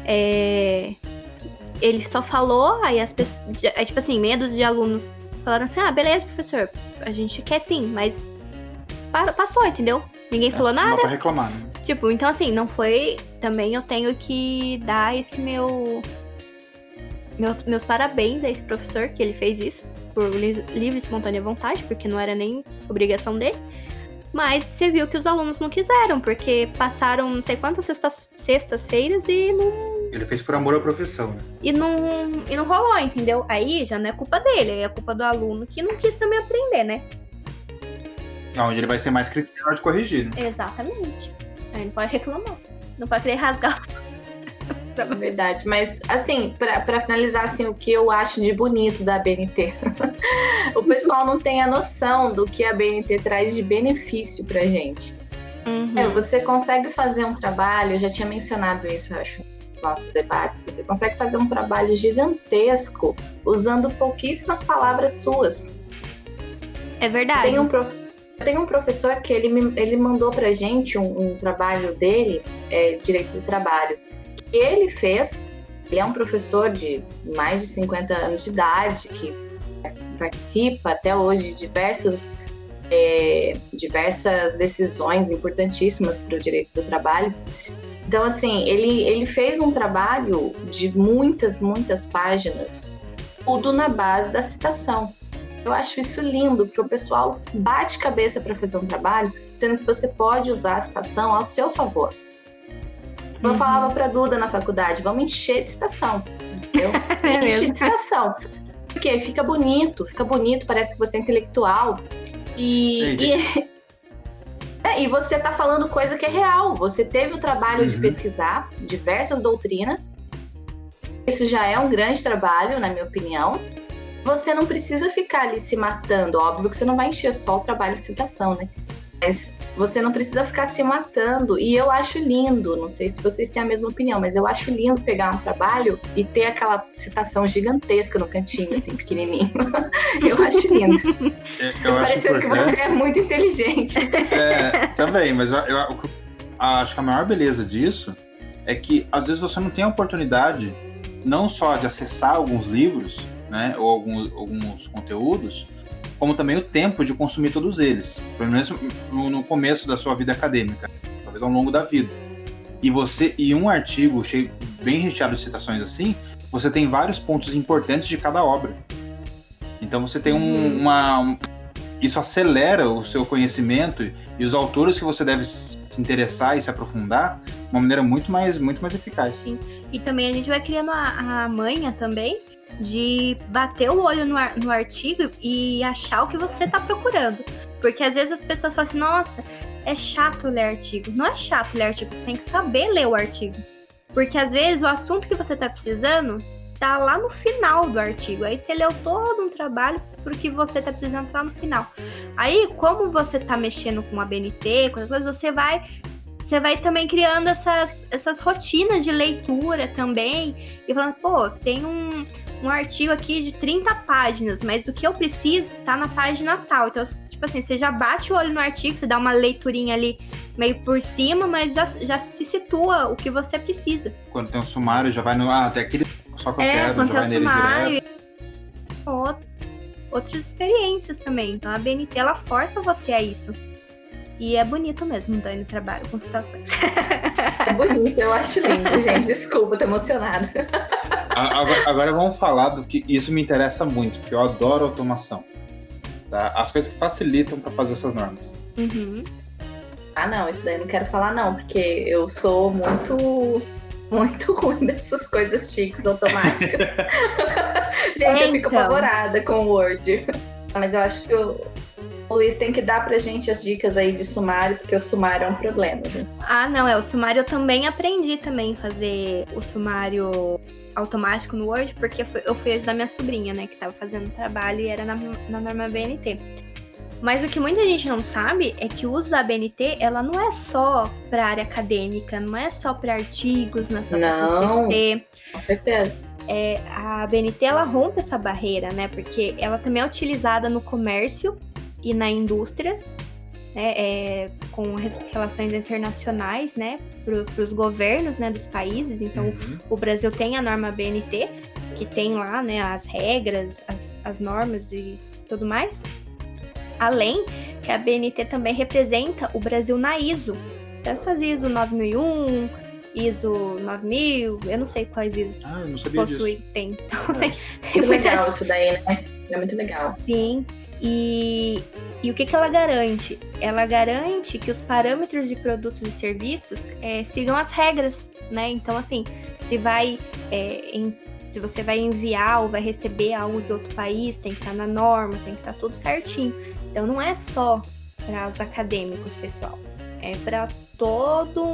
[SPEAKER 2] Ele só falou, aí as pessoas, tipo assim, meia dúzia de alunos falaram assim, beleza, professor, a gente quer sim, mas passou, entendeu? Ninguém falou nada.
[SPEAKER 1] Não dá pra reclamar, né?
[SPEAKER 2] Tipo, então assim, não foi... Também eu tenho que dar esse meus parabéns a esse professor, que ele fez isso por livre e espontânea vontade, porque não era nem obrigação dele. Mas você viu que os alunos não quiseram, porque passaram não sei quantas sextas-feiras e não...
[SPEAKER 1] Ele fez por amor à profissão, né?
[SPEAKER 2] E não rolou, entendeu? Aí já não é culpa dele, é culpa do aluno que não quis também aprender, né?
[SPEAKER 1] Onde ele vai ser mais crítico na hora de corrigir, né?
[SPEAKER 2] Exatamente. Aí não pode reclamar. Não pode querer rasgar.
[SPEAKER 3] Verdade, mas assim, pra finalizar assim, o que eu acho de bonito da ABNT, o pessoal não tem a noção do que a ABNT traz de benefício pra gente. Você consegue fazer um trabalho, eu já tinha mencionado isso, eu acho, nos nossos debates, você consegue fazer um trabalho gigantesco usando pouquíssimas palavras suas.
[SPEAKER 2] É verdade.
[SPEAKER 3] Tem um professor que ele mandou pra gente um trabalho dele, Direito do Trabalho, que ele fez. Ele é um professor de mais de 50 anos de idade, que participa até hoje de diversas decisões importantíssimas para o direito do trabalho. Então, assim, ele fez um trabalho de muitas páginas, tudo na base da citação. Eu acho isso lindo, porque o pessoal bate cabeça para fazer um trabalho, sendo que você pode usar a citação ao seu favor. Eu falava para a Duda na faculdade, vamos encher de citação, entendeu? Encher de citação. Porque fica bonito, parece que você é intelectual. E você tá falando coisa que é real. Você teve o trabalho de pesquisar diversas doutrinas. Isso já é um grande trabalho, na minha opinião. Você não precisa ficar ali se matando. Óbvio que você não vai encher só o trabalho de citação, né? Mas você não precisa ficar se matando. E eu acho lindo, não sei se vocês têm a mesma opinião, mas eu acho lindo pegar um trabalho e ter aquela citação gigantesca no cantinho, assim, pequenininho. Eu acho lindo.
[SPEAKER 1] Eu acho
[SPEAKER 3] parecendo que você é muito inteligente.
[SPEAKER 1] Também, mas eu acho que a maior beleza disso é que às vezes você não tem a oportunidade não só de acessar alguns livros, né, ou alguns conteúdos, como também o tempo de consumir todos eles, pelo menos no começo da sua vida acadêmica, talvez ao longo da vida. E um artigo bem recheado de citações assim, você tem vários pontos importantes de cada obra. Então você tem isso acelera o seu conhecimento e os autores que você deve se interessar e se aprofundar de uma maneira muito mais eficaz.
[SPEAKER 2] Sim. E também a gente vai criando a manha também de bater o olho no artigo e achar o que você tá procurando. Porque às vezes as pessoas falam assim, nossa, é chato ler artigo. Não é chato ler artigo, você tem que saber ler o artigo. Porque às vezes o assunto que você tá precisando tá lá no final do artigo. Aí você leu todo um trabalho porque você tá precisando tá lá no final. Aí, como você tá mexendo com a BNT, com as coisas, você vai também criando essas rotinas de leitura também. E falando, pô, tem um artigo aqui de 30 páginas, mas do que eu preciso tá na página tal. Então, tipo assim, você já bate o olho no artigo, você dá uma leiturinha ali meio por cima, mas já se situa o que você precisa.
[SPEAKER 1] Quando tem um sumário, já vai no... até aquele só que eu quero,
[SPEAKER 2] quando
[SPEAKER 1] já vai nele direto.
[SPEAKER 2] Outras experiências também. Então, a BNT, ela força você a isso. E é bonito mesmo, Dani, trabalho com citações.
[SPEAKER 3] É bonito, eu acho lindo, gente. Desculpa, tô emocionada.
[SPEAKER 1] Agora vamos falar do que isso me interessa muito, porque eu adoro automação. Tá? As coisas que facilitam para fazer essas normas.
[SPEAKER 3] Não, isso daí eu não quero falar não, porque eu sou muito ruim dessas coisas chiques automáticas. Gente, eu fico apavorada com o Word. Mas eu acho que o Luiz tem que dar pra gente as dicas aí de sumário, porque o sumário é um problema, né?
[SPEAKER 2] O sumário eu também aprendi a fazer o sumário automático no Word, porque eu fui ajudar minha sobrinha, né, que tava fazendo trabalho e era na norma BNT. Mas o que muita gente não sabe é que o uso da BNT, ela não é só para área acadêmica, não é só para artigos, não é só para TCC.
[SPEAKER 3] Com certeza.
[SPEAKER 2] A BNT, ela rompe essa barreira, né? Porque ela também é utilizada no comércio e na indústria. né, com relações internacionais, né, para os governos, né, dos países. Então, o Brasil tem a norma BNT, que tem lá, né, as regras, as normas e tudo mais. Além que a BNT também representa o Brasil na ISO. Então, essas ISO 9001, ISO 9000, eu não sei quais ISOs
[SPEAKER 1] eu não sabia
[SPEAKER 2] possui,
[SPEAKER 1] disso.
[SPEAKER 2] Tem. Então,
[SPEAKER 3] muito legal isso daí, né? É muito legal.
[SPEAKER 2] Sim. E o que ela garante? Ela garante que os parâmetros de produtos e serviços sigam as regras, né? Então, assim, se você vai enviar ou vai receber algo de outro país, tem que estar na norma, tem que estar tudo certinho. Então, não é só para os acadêmicos, pessoal. É para todo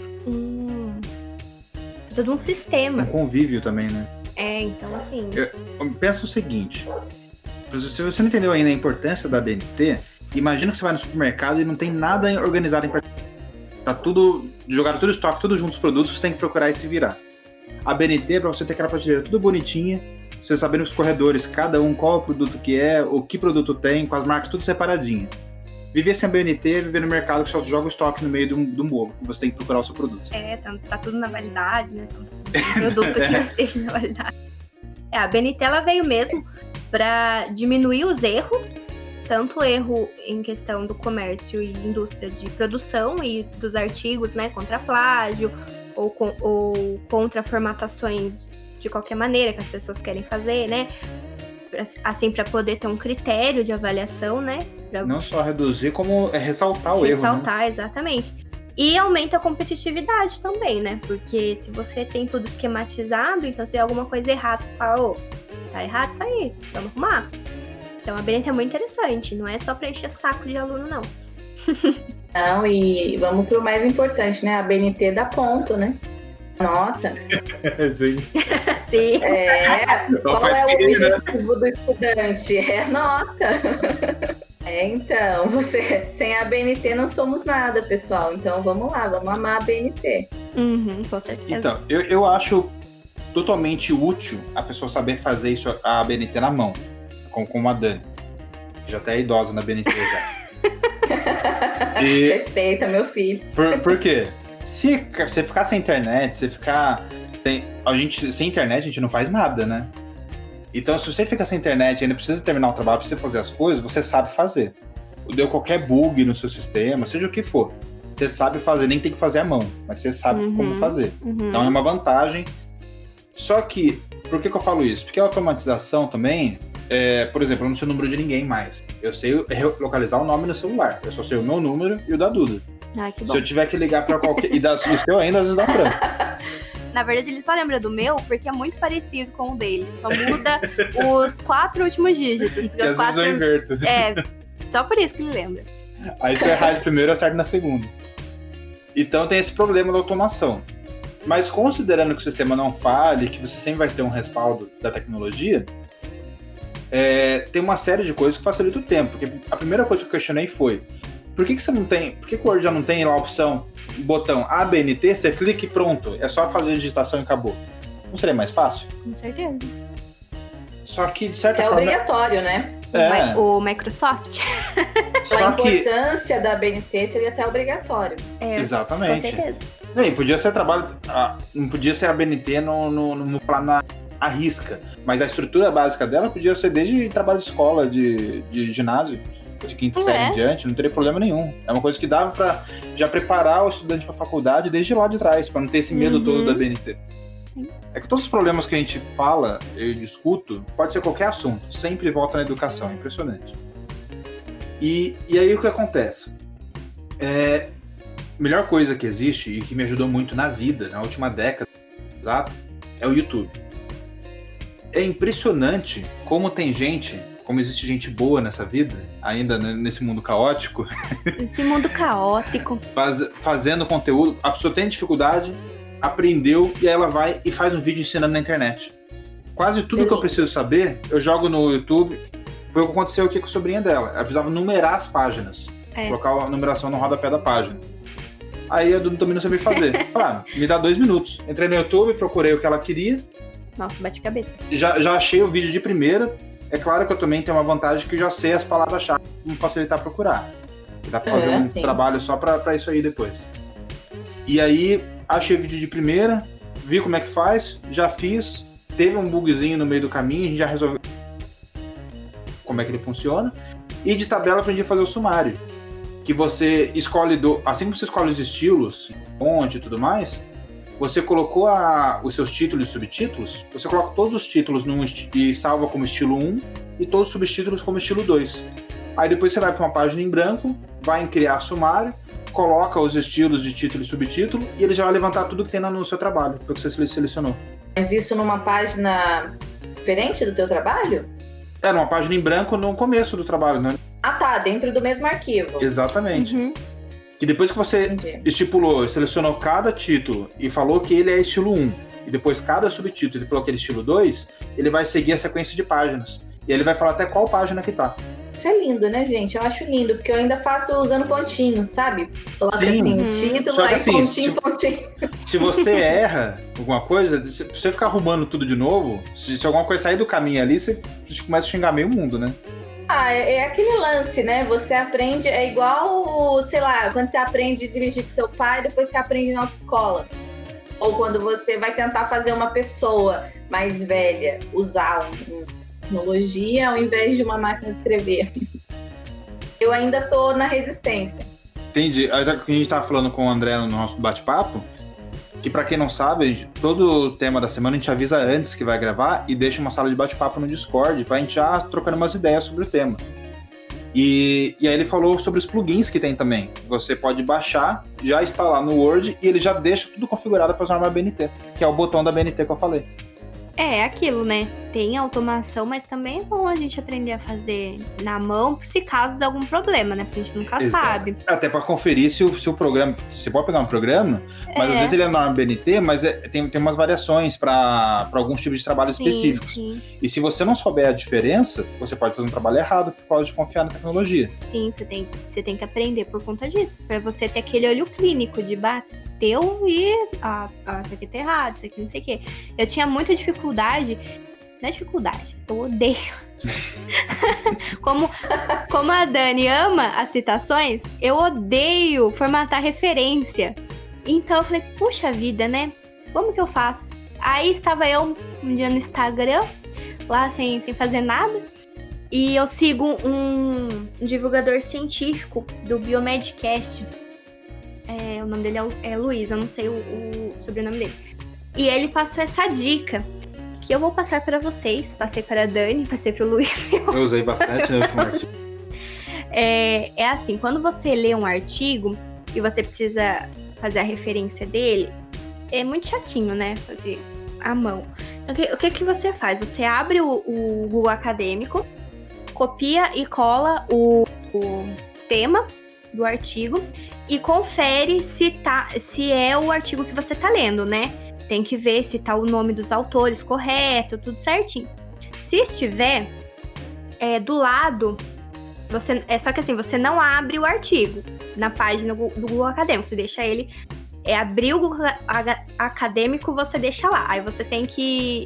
[SPEAKER 2] um sistema.
[SPEAKER 1] Um convívio também, né?
[SPEAKER 2] Então, assim...
[SPEAKER 1] Eu penso o seguinte... Se você não entendeu ainda a importância da BNT, imagina que você vai no supermercado e não tem nada organizado em particular. Tá tudo... Jogaram tudo estoque, tudo junto os produtos, você tem que procurar e se virar. A BNT é pra você ter aquela prateleira tudo bonitinha, você sabendo os corredores, cada um, qual o produto que é, o que produto tem, com as marcas tudo separadinho. Viver sem a BNT é viver no mercado que só joga o estoque no meio do bolo, e você tem que procurar o seu produto.
[SPEAKER 2] Tá tudo na validade, né? São produto que não esteja na validade. A BNT, ela veio mesmo para diminuir os erros, tanto o erro em questão do comércio e indústria de produção e dos artigos, né, contra plágio ou contra formatações de qualquer maneira que as pessoas querem fazer, né, assim, para poder ter um critério de avaliação, né.
[SPEAKER 1] Não só reduzir, como ressaltar o erro.
[SPEAKER 2] Ressaltar, né? Exatamente. E aumenta a competitividade também, né, porque se você tem tudo esquematizado, então se alguma coisa errada, você fala, tá errado isso aí, vamos arrumar. Então a BNT é muito interessante, não é só pra encher saco de aluno, não.
[SPEAKER 3] Não, e vamos pro mais importante, né? A BNT dá ponto, né? Nota.
[SPEAKER 1] Sim.
[SPEAKER 2] Sim.
[SPEAKER 3] Qual é o objetivo do estudante? É nota. Então, sem a BNT não somos nada, pessoal. Então vamos lá, vamos amar a BNT.
[SPEAKER 2] Com certeza.
[SPEAKER 1] Então, eu acho totalmente útil a pessoa saber fazer isso, a BNT na mão, como a Dani. Já até é idosa na BNT já.
[SPEAKER 3] Respeita, meu filho.
[SPEAKER 1] Por quê? Se você ficar sem internet, sem internet a gente não faz nada, né? Então, se você fica sem internet e ainda precisa terminar o trabalho, precisa fazer as coisas, você sabe fazer. Deu qualquer bug no seu sistema, seja o que for. Você sabe fazer, nem tem que fazer à mão, mas você sabe como fazer. Então, é uma vantagem. Só que, por que eu falo isso? Porque a automatização também, por exemplo, eu não sei o número de ninguém mais. Eu sei localizar o nome no celular. Eu só sei o meu número e o da Duda.
[SPEAKER 2] Ai, que bom.
[SPEAKER 1] Se eu tiver que ligar pra qualquer... E o seu ainda, às vezes dá branco.
[SPEAKER 2] Na verdade, ele só lembra do meu porque é muito parecido com o dele. Só muda os 4 últimos dígitos.
[SPEAKER 1] Que às vezes eu inverto.
[SPEAKER 2] Só por isso que ele lembra.
[SPEAKER 1] Aí se eu errar de primeiro, eu acerto na segunda. Então tem esse problema da automação. Mas considerando que o sistema não falhe, que você sempre vai ter um respaldo da tecnologia, tem uma série de coisas que facilitam o tempo. Porque a primeira coisa que eu questionei foi: por que você não tem? Por que o Word já não tem lá a opção, botão ABNT, você clica e pronto, é só fazer a digitação e acabou? Não seria mais fácil?
[SPEAKER 2] Com certeza.
[SPEAKER 1] Só que, de certa
[SPEAKER 3] forma...
[SPEAKER 1] forma...
[SPEAKER 3] É obrigatório, né?
[SPEAKER 2] O Microsoft.
[SPEAKER 3] A importância da ABNT seria até obrigatório.
[SPEAKER 1] Exatamente.
[SPEAKER 2] Com certeza.
[SPEAKER 1] E podia ser trabalho... Não podia ser a ABNT no plano à risca, mas a estrutura básica dela podia ser desde trabalho de escola, de ginásio, de quinta série em diante, não teria problema nenhum. É uma coisa que dava pra já preparar o estudante pra faculdade desde lá de trás, pra não ter esse medo todo da BNT. Sim. É que todos os problemas que a gente fala e discuto, pode ser qualquer assunto, sempre volta na educação, é impressionante. E aí o que acontece? A melhor coisa que existe e que me ajudou muito na vida, na última década, exato, é o YouTube. É impressionante como tem gente... Como existe gente boa nessa vida, ainda nesse mundo caótico.
[SPEAKER 2] Esse mundo caótico.
[SPEAKER 1] Fazendo conteúdo, a pessoa tem dificuldade, aprendeu, e aí ela vai e faz um vídeo ensinando na internet. Quase tudo que eu preciso saber, eu jogo no YouTube. Foi o que aconteceu aqui com a sobrinha dela. Ela precisava numerar as páginas. Colocar a numeração no rodapé da página. Aí eu também não sabia fazer. Me dá 2 minutos. Entrei no YouTube, procurei o que ela queria.
[SPEAKER 2] Nossa, bate cabeça.
[SPEAKER 1] Já achei o vídeo de primeira. É claro que eu também tenho uma vantagem que eu já sei as palavras-chave para me facilitar procurar. Dá pra fazer um trabalho só pra isso aí depois. E aí, achei o vídeo de primeira, vi como é que faz, já fiz, teve um bugzinho no meio do caminho, a gente já resolveu como é que ele funciona. E de tabela aprendi a fazer o sumário. Que você escolhe, assim que você escolhe os estilos, fonte e tudo mais, você colocou os seus títulos e subtítulos, você coloca todos os títulos e salva como estilo 1 e todos os subtítulos como estilo 2. Aí depois você vai para uma página em branco, vai em criar sumário, coloca os estilos de título e subtítulo e ele já vai levantar tudo que tem no seu trabalho, porque você selecionou.
[SPEAKER 3] Mas isso numa página diferente do teu trabalho?
[SPEAKER 1] Numa página em branco no começo do trabalho, né?
[SPEAKER 3] Ah, tá, dentro do mesmo arquivo.
[SPEAKER 1] Exatamente. Que depois que você estipulou, selecionou cada título e falou que ele é estilo 1, e depois cada subtítulo ele falou que ele é estilo 2, ele vai seguir a sequência de páginas. E ele vai falar até qual página que tá.
[SPEAKER 3] Isso é lindo, né, gente? Eu acho lindo, porque eu ainda faço usando pontinho, sabe? Coloca assim o título, aí assim, pontinho.
[SPEAKER 1] Se você erra alguma coisa, se você ficar arrumando tudo de novo, se alguma coisa sair do caminho ali, você começa a xingar meio mundo, né?
[SPEAKER 3] É aquele lance, né? Você aprende, é igual, sei lá, quando você aprende a dirigir com seu pai, depois você aprende na autoescola. Ou quando você vai tentar fazer uma pessoa mais velha usar uma tecnologia ao invés de uma máquina de escrever. Eu ainda tô na resistência.
[SPEAKER 1] Entendi. A gente tava falando com o André no nosso bate-papo, que pra quem não sabe, todo o tema da semana a gente avisa antes que vai gravar e deixa uma sala de bate-papo no Discord pra gente já trocando umas ideias sobre o tema. E aí ele falou sobre os plugins que tem também. Você pode baixar, já instalar no Word e ele já deixa tudo configurado para usar uma BNT, que é o botão da BNT que eu falei.
[SPEAKER 2] É aquilo, né? Tem automação, mas também é bom a gente aprender a fazer na mão, se caso de algum problema, né? Porque a gente nunca sabe.
[SPEAKER 1] Até para conferir se o programa... Você pode pegar um programa, mas às vezes ele é na BNT, mas tem umas variações para alguns tipos de trabalho específicos. Sim. E se você não souber a diferença, você pode fazer um trabalho errado por causa de confiar na tecnologia.
[SPEAKER 2] Sim, você tem que aprender por conta disso. Para você ter aquele olho clínico de bateu e... isso aqui tá errado, isso aqui não sei o quê. Eu tinha muita dificuldade... Não é dificuldade, eu odeio. Como a Dani ama as citações, eu odeio formatar referência. Então eu falei, puxa vida, né? Como que eu faço? Aí estava eu um dia no Instagram, lá sem fazer nada, e eu sigo um divulgador científico do Biomedcast. O nome dele é Luiz, eu não sei o sobrenome dele. E ele passou essa dica, que eu vou passar para vocês. Passei para a Dani, passei para o Luiz.
[SPEAKER 1] Eu usei bastante no último artigo.
[SPEAKER 2] É assim, quando você lê um artigo e você precisa fazer a referência dele, é muito chatinho, né? Fazer à mão. Então, o que você faz? Você abre o Google Acadêmico, copia e cola o tema do artigo e confere se é o artigo que você tá lendo, né? Tem que ver se tá o nome dos autores correto, tudo certinho. Se estiver do lado, só que assim, você não abre o artigo na página do Google Acadêmico, você deixa ele, abrir o Google Acadêmico, você deixa lá. Aí você tem que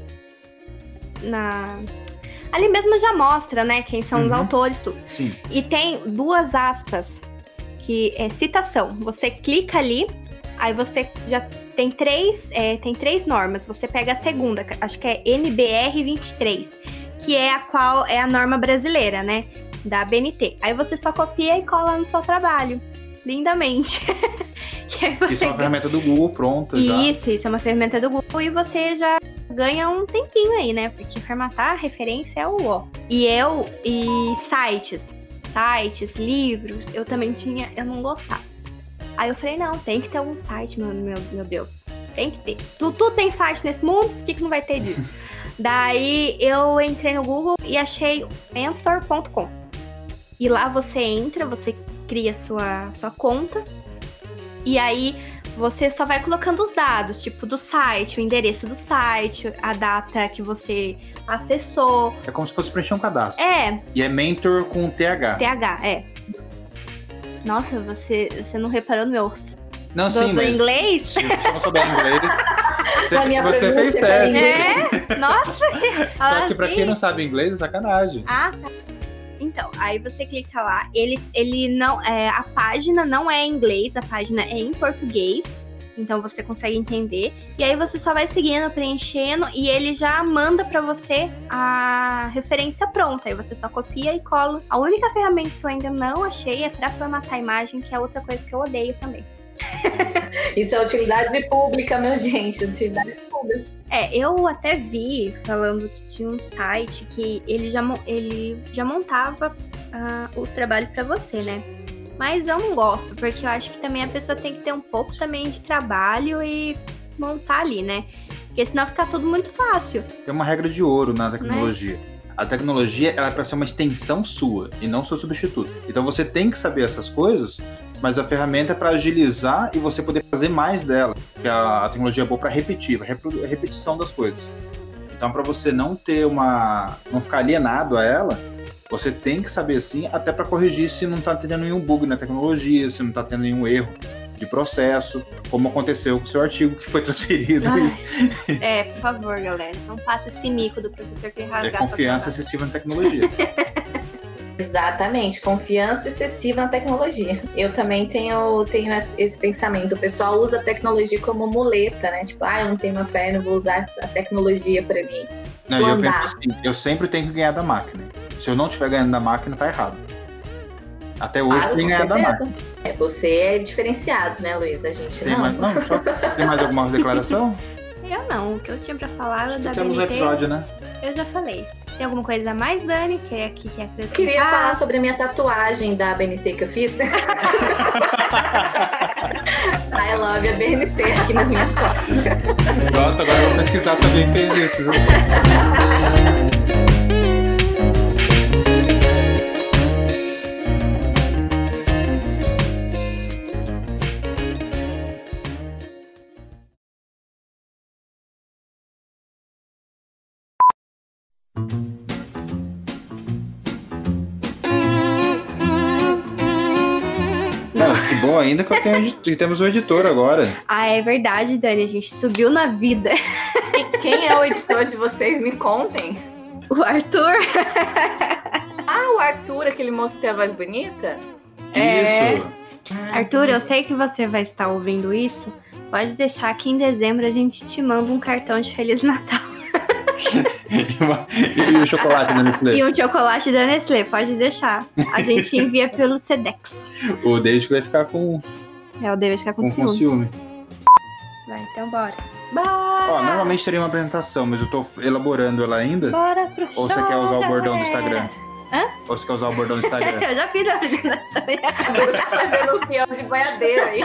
[SPEAKER 2] ali mesmo já mostra, né, quem são os autores, tudo.
[SPEAKER 1] Sim.
[SPEAKER 2] E tem 2 aspas, que é citação. Você clica ali, aí você já tem 3 normas. Você pega a segunda, acho que é NBR 23, que é a norma brasileira, né? Da BNT. Aí você só copia e cola no seu trabalho. Lindamente.
[SPEAKER 1] Isso é uma ferramenta do Google pronta já.
[SPEAKER 2] Isso é uma ferramenta do Google e você já ganha um tempinho aí, né? Porque formatar referência é o ó. E sites, livros, eu também eu não gostava. Aí eu falei, não, tem que ter algum site, meu Deus. Tem que ter. Tudo tem site nesse mundo, por que não vai ter disso? Daí eu entrei no Google e achei Mentor.com. E lá você entra, você cria sua conta. E aí você só vai colocando os dados, tipo do site, o endereço do site, a data que você acessou.
[SPEAKER 1] É como se fosse preencher um cadastro.
[SPEAKER 2] É.
[SPEAKER 1] E é Mentor com TH.
[SPEAKER 2] TH, é. Nossa, você não reparou no meu...
[SPEAKER 1] Não, sim, mas...
[SPEAKER 2] inglês?
[SPEAKER 1] Se você não souber inglês,
[SPEAKER 3] você fez certo.
[SPEAKER 2] Nossa!
[SPEAKER 1] Só que pra quem não sabe inglês, é sacanagem.
[SPEAKER 2] Ah, tá. Então, aí você clica lá, ele não, a página não é em inglês, a página é em português, então você consegue entender. E aí você só vai seguindo, preenchendo, e ele já manda pra você a referência pronta. Aí você só copia e cola. A única ferramenta que eu ainda não achei é pra formatar a imagem, que é outra coisa que eu odeio também.
[SPEAKER 3] Isso é utilidade pública, meu gente, utilidade pública.
[SPEAKER 2] Eu até vi falando que tinha um site que ele já montava o trabalho pra você, né? Mas eu não gosto, porque eu acho que também a pessoa tem que ter um pouco também de trabalho e montar ali, né? Porque senão fica tudo muito fácil.
[SPEAKER 1] Tem uma regra de ouro na tecnologia. Né? A tecnologia ela é para ser uma extensão sua e não seu substituto. Então você tem que saber essas coisas, mas a ferramenta é para agilizar e você poder fazer mais dela. Porque a tecnologia é boa para repetir, a repetição das coisas. Então, para você não ficar alienado a ela, você tem que saber assim, até para corrigir se não está tendo nenhum bug na tecnologia, se não está tendo nenhum erro de processo, como aconteceu com o seu artigo que foi transferido.
[SPEAKER 2] Por favor, galera, não passa esse mico do professor que rasgar.
[SPEAKER 1] É confiança excessiva na tecnologia.
[SPEAKER 3] Exatamente, confiança excessiva na tecnologia. Eu também tenho esse pensamento. O pessoal usa a tecnologia como muleta, né? Tipo, eu não tenho uma perna, vou usar a tecnologia para mim.
[SPEAKER 1] Não, eu penso assim, eu sempre tenho que ganhar da máquina. Se eu não estiver ganhando da máquina, tá errado. Até hoje tem que ganhar da máquina.
[SPEAKER 3] Você é diferenciado, né, Luiz? A gente não.
[SPEAKER 1] Tem mais alguma declaração?
[SPEAKER 2] Eu não. O que eu tinha pra falar da
[SPEAKER 1] temos um episódio, né?
[SPEAKER 2] Eu já falei. Tem alguma coisa a mais, Dani, que quer acrescentar?
[SPEAKER 3] Queria falar sobre a minha tatuagem da BNT que eu fiz. I love a BNT aqui nas minhas costas.
[SPEAKER 1] Nossa, agora eu vou pesquisar se alguém fez isso, viu? Que bom ainda que temos um editor agora.
[SPEAKER 2] É verdade, Dani. A gente subiu na vida.
[SPEAKER 3] E quem é o editor de vocês? Me contem.
[SPEAKER 2] O Arthur.
[SPEAKER 3] O Arthur, aquele moço que tem a voz bonita?
[SPEAKER 1] Isso.
[SPEAKER 2] Arthur, eu sei que você vai estar ouvindo isso. Pode deixar que em dezembro a gente te manda um cartão de Feliz Natal.
[SPEAKER 1] E o chocolate da Nestlé.
[SPEAKER 2] E um chocolate da Nestlé, pode deixar. A gente envia pelo Sedex.
[SPEAKER 1] O David vai ficar com...
[SPEAKER 2] o David vai ficar com ciúme. Vai, então bora.
[SPEAKER 1] Normalmente teria uma apresentação, mas eu tô elaborando ela ainda.
[SPEAKER 2] Bora pro show,
[SPEAKER 1] Ou você quer usar o bordão do
[SPEAKER 2] galera.
[SPEAKER 1] Instagram?
[SPEAKER 2] Hã?
[SPEAKER 1] Ou você quer usar o bordão do Instagram?
[SPEAKER 2] Eu já fiz a apresentação.
[SPEAKER 3] Tá fazendo o peão de boiadeiro aí.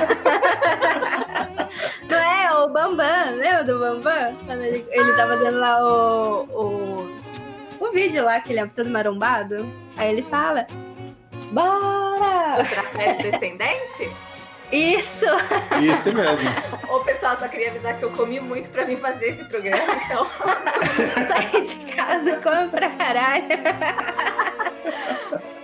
[SPEAKER 2] Não é o Bambam, lembra do Bambam? Quando ele tá fazendo lá o vídeo lá, que ele é todo marombado. Aí ele fala, bora!
[SPEAKER 3] O trapézio descendente?
[SPEAKER 2] Isso
[SPEAKER 1] mesmo.
[SPEAKER 3] Ô, pessoal, só queria avisar que eu comi muito pra vir fazer esse programa, então...
[SPEAKER 2] Sai de casa, come pra caralho.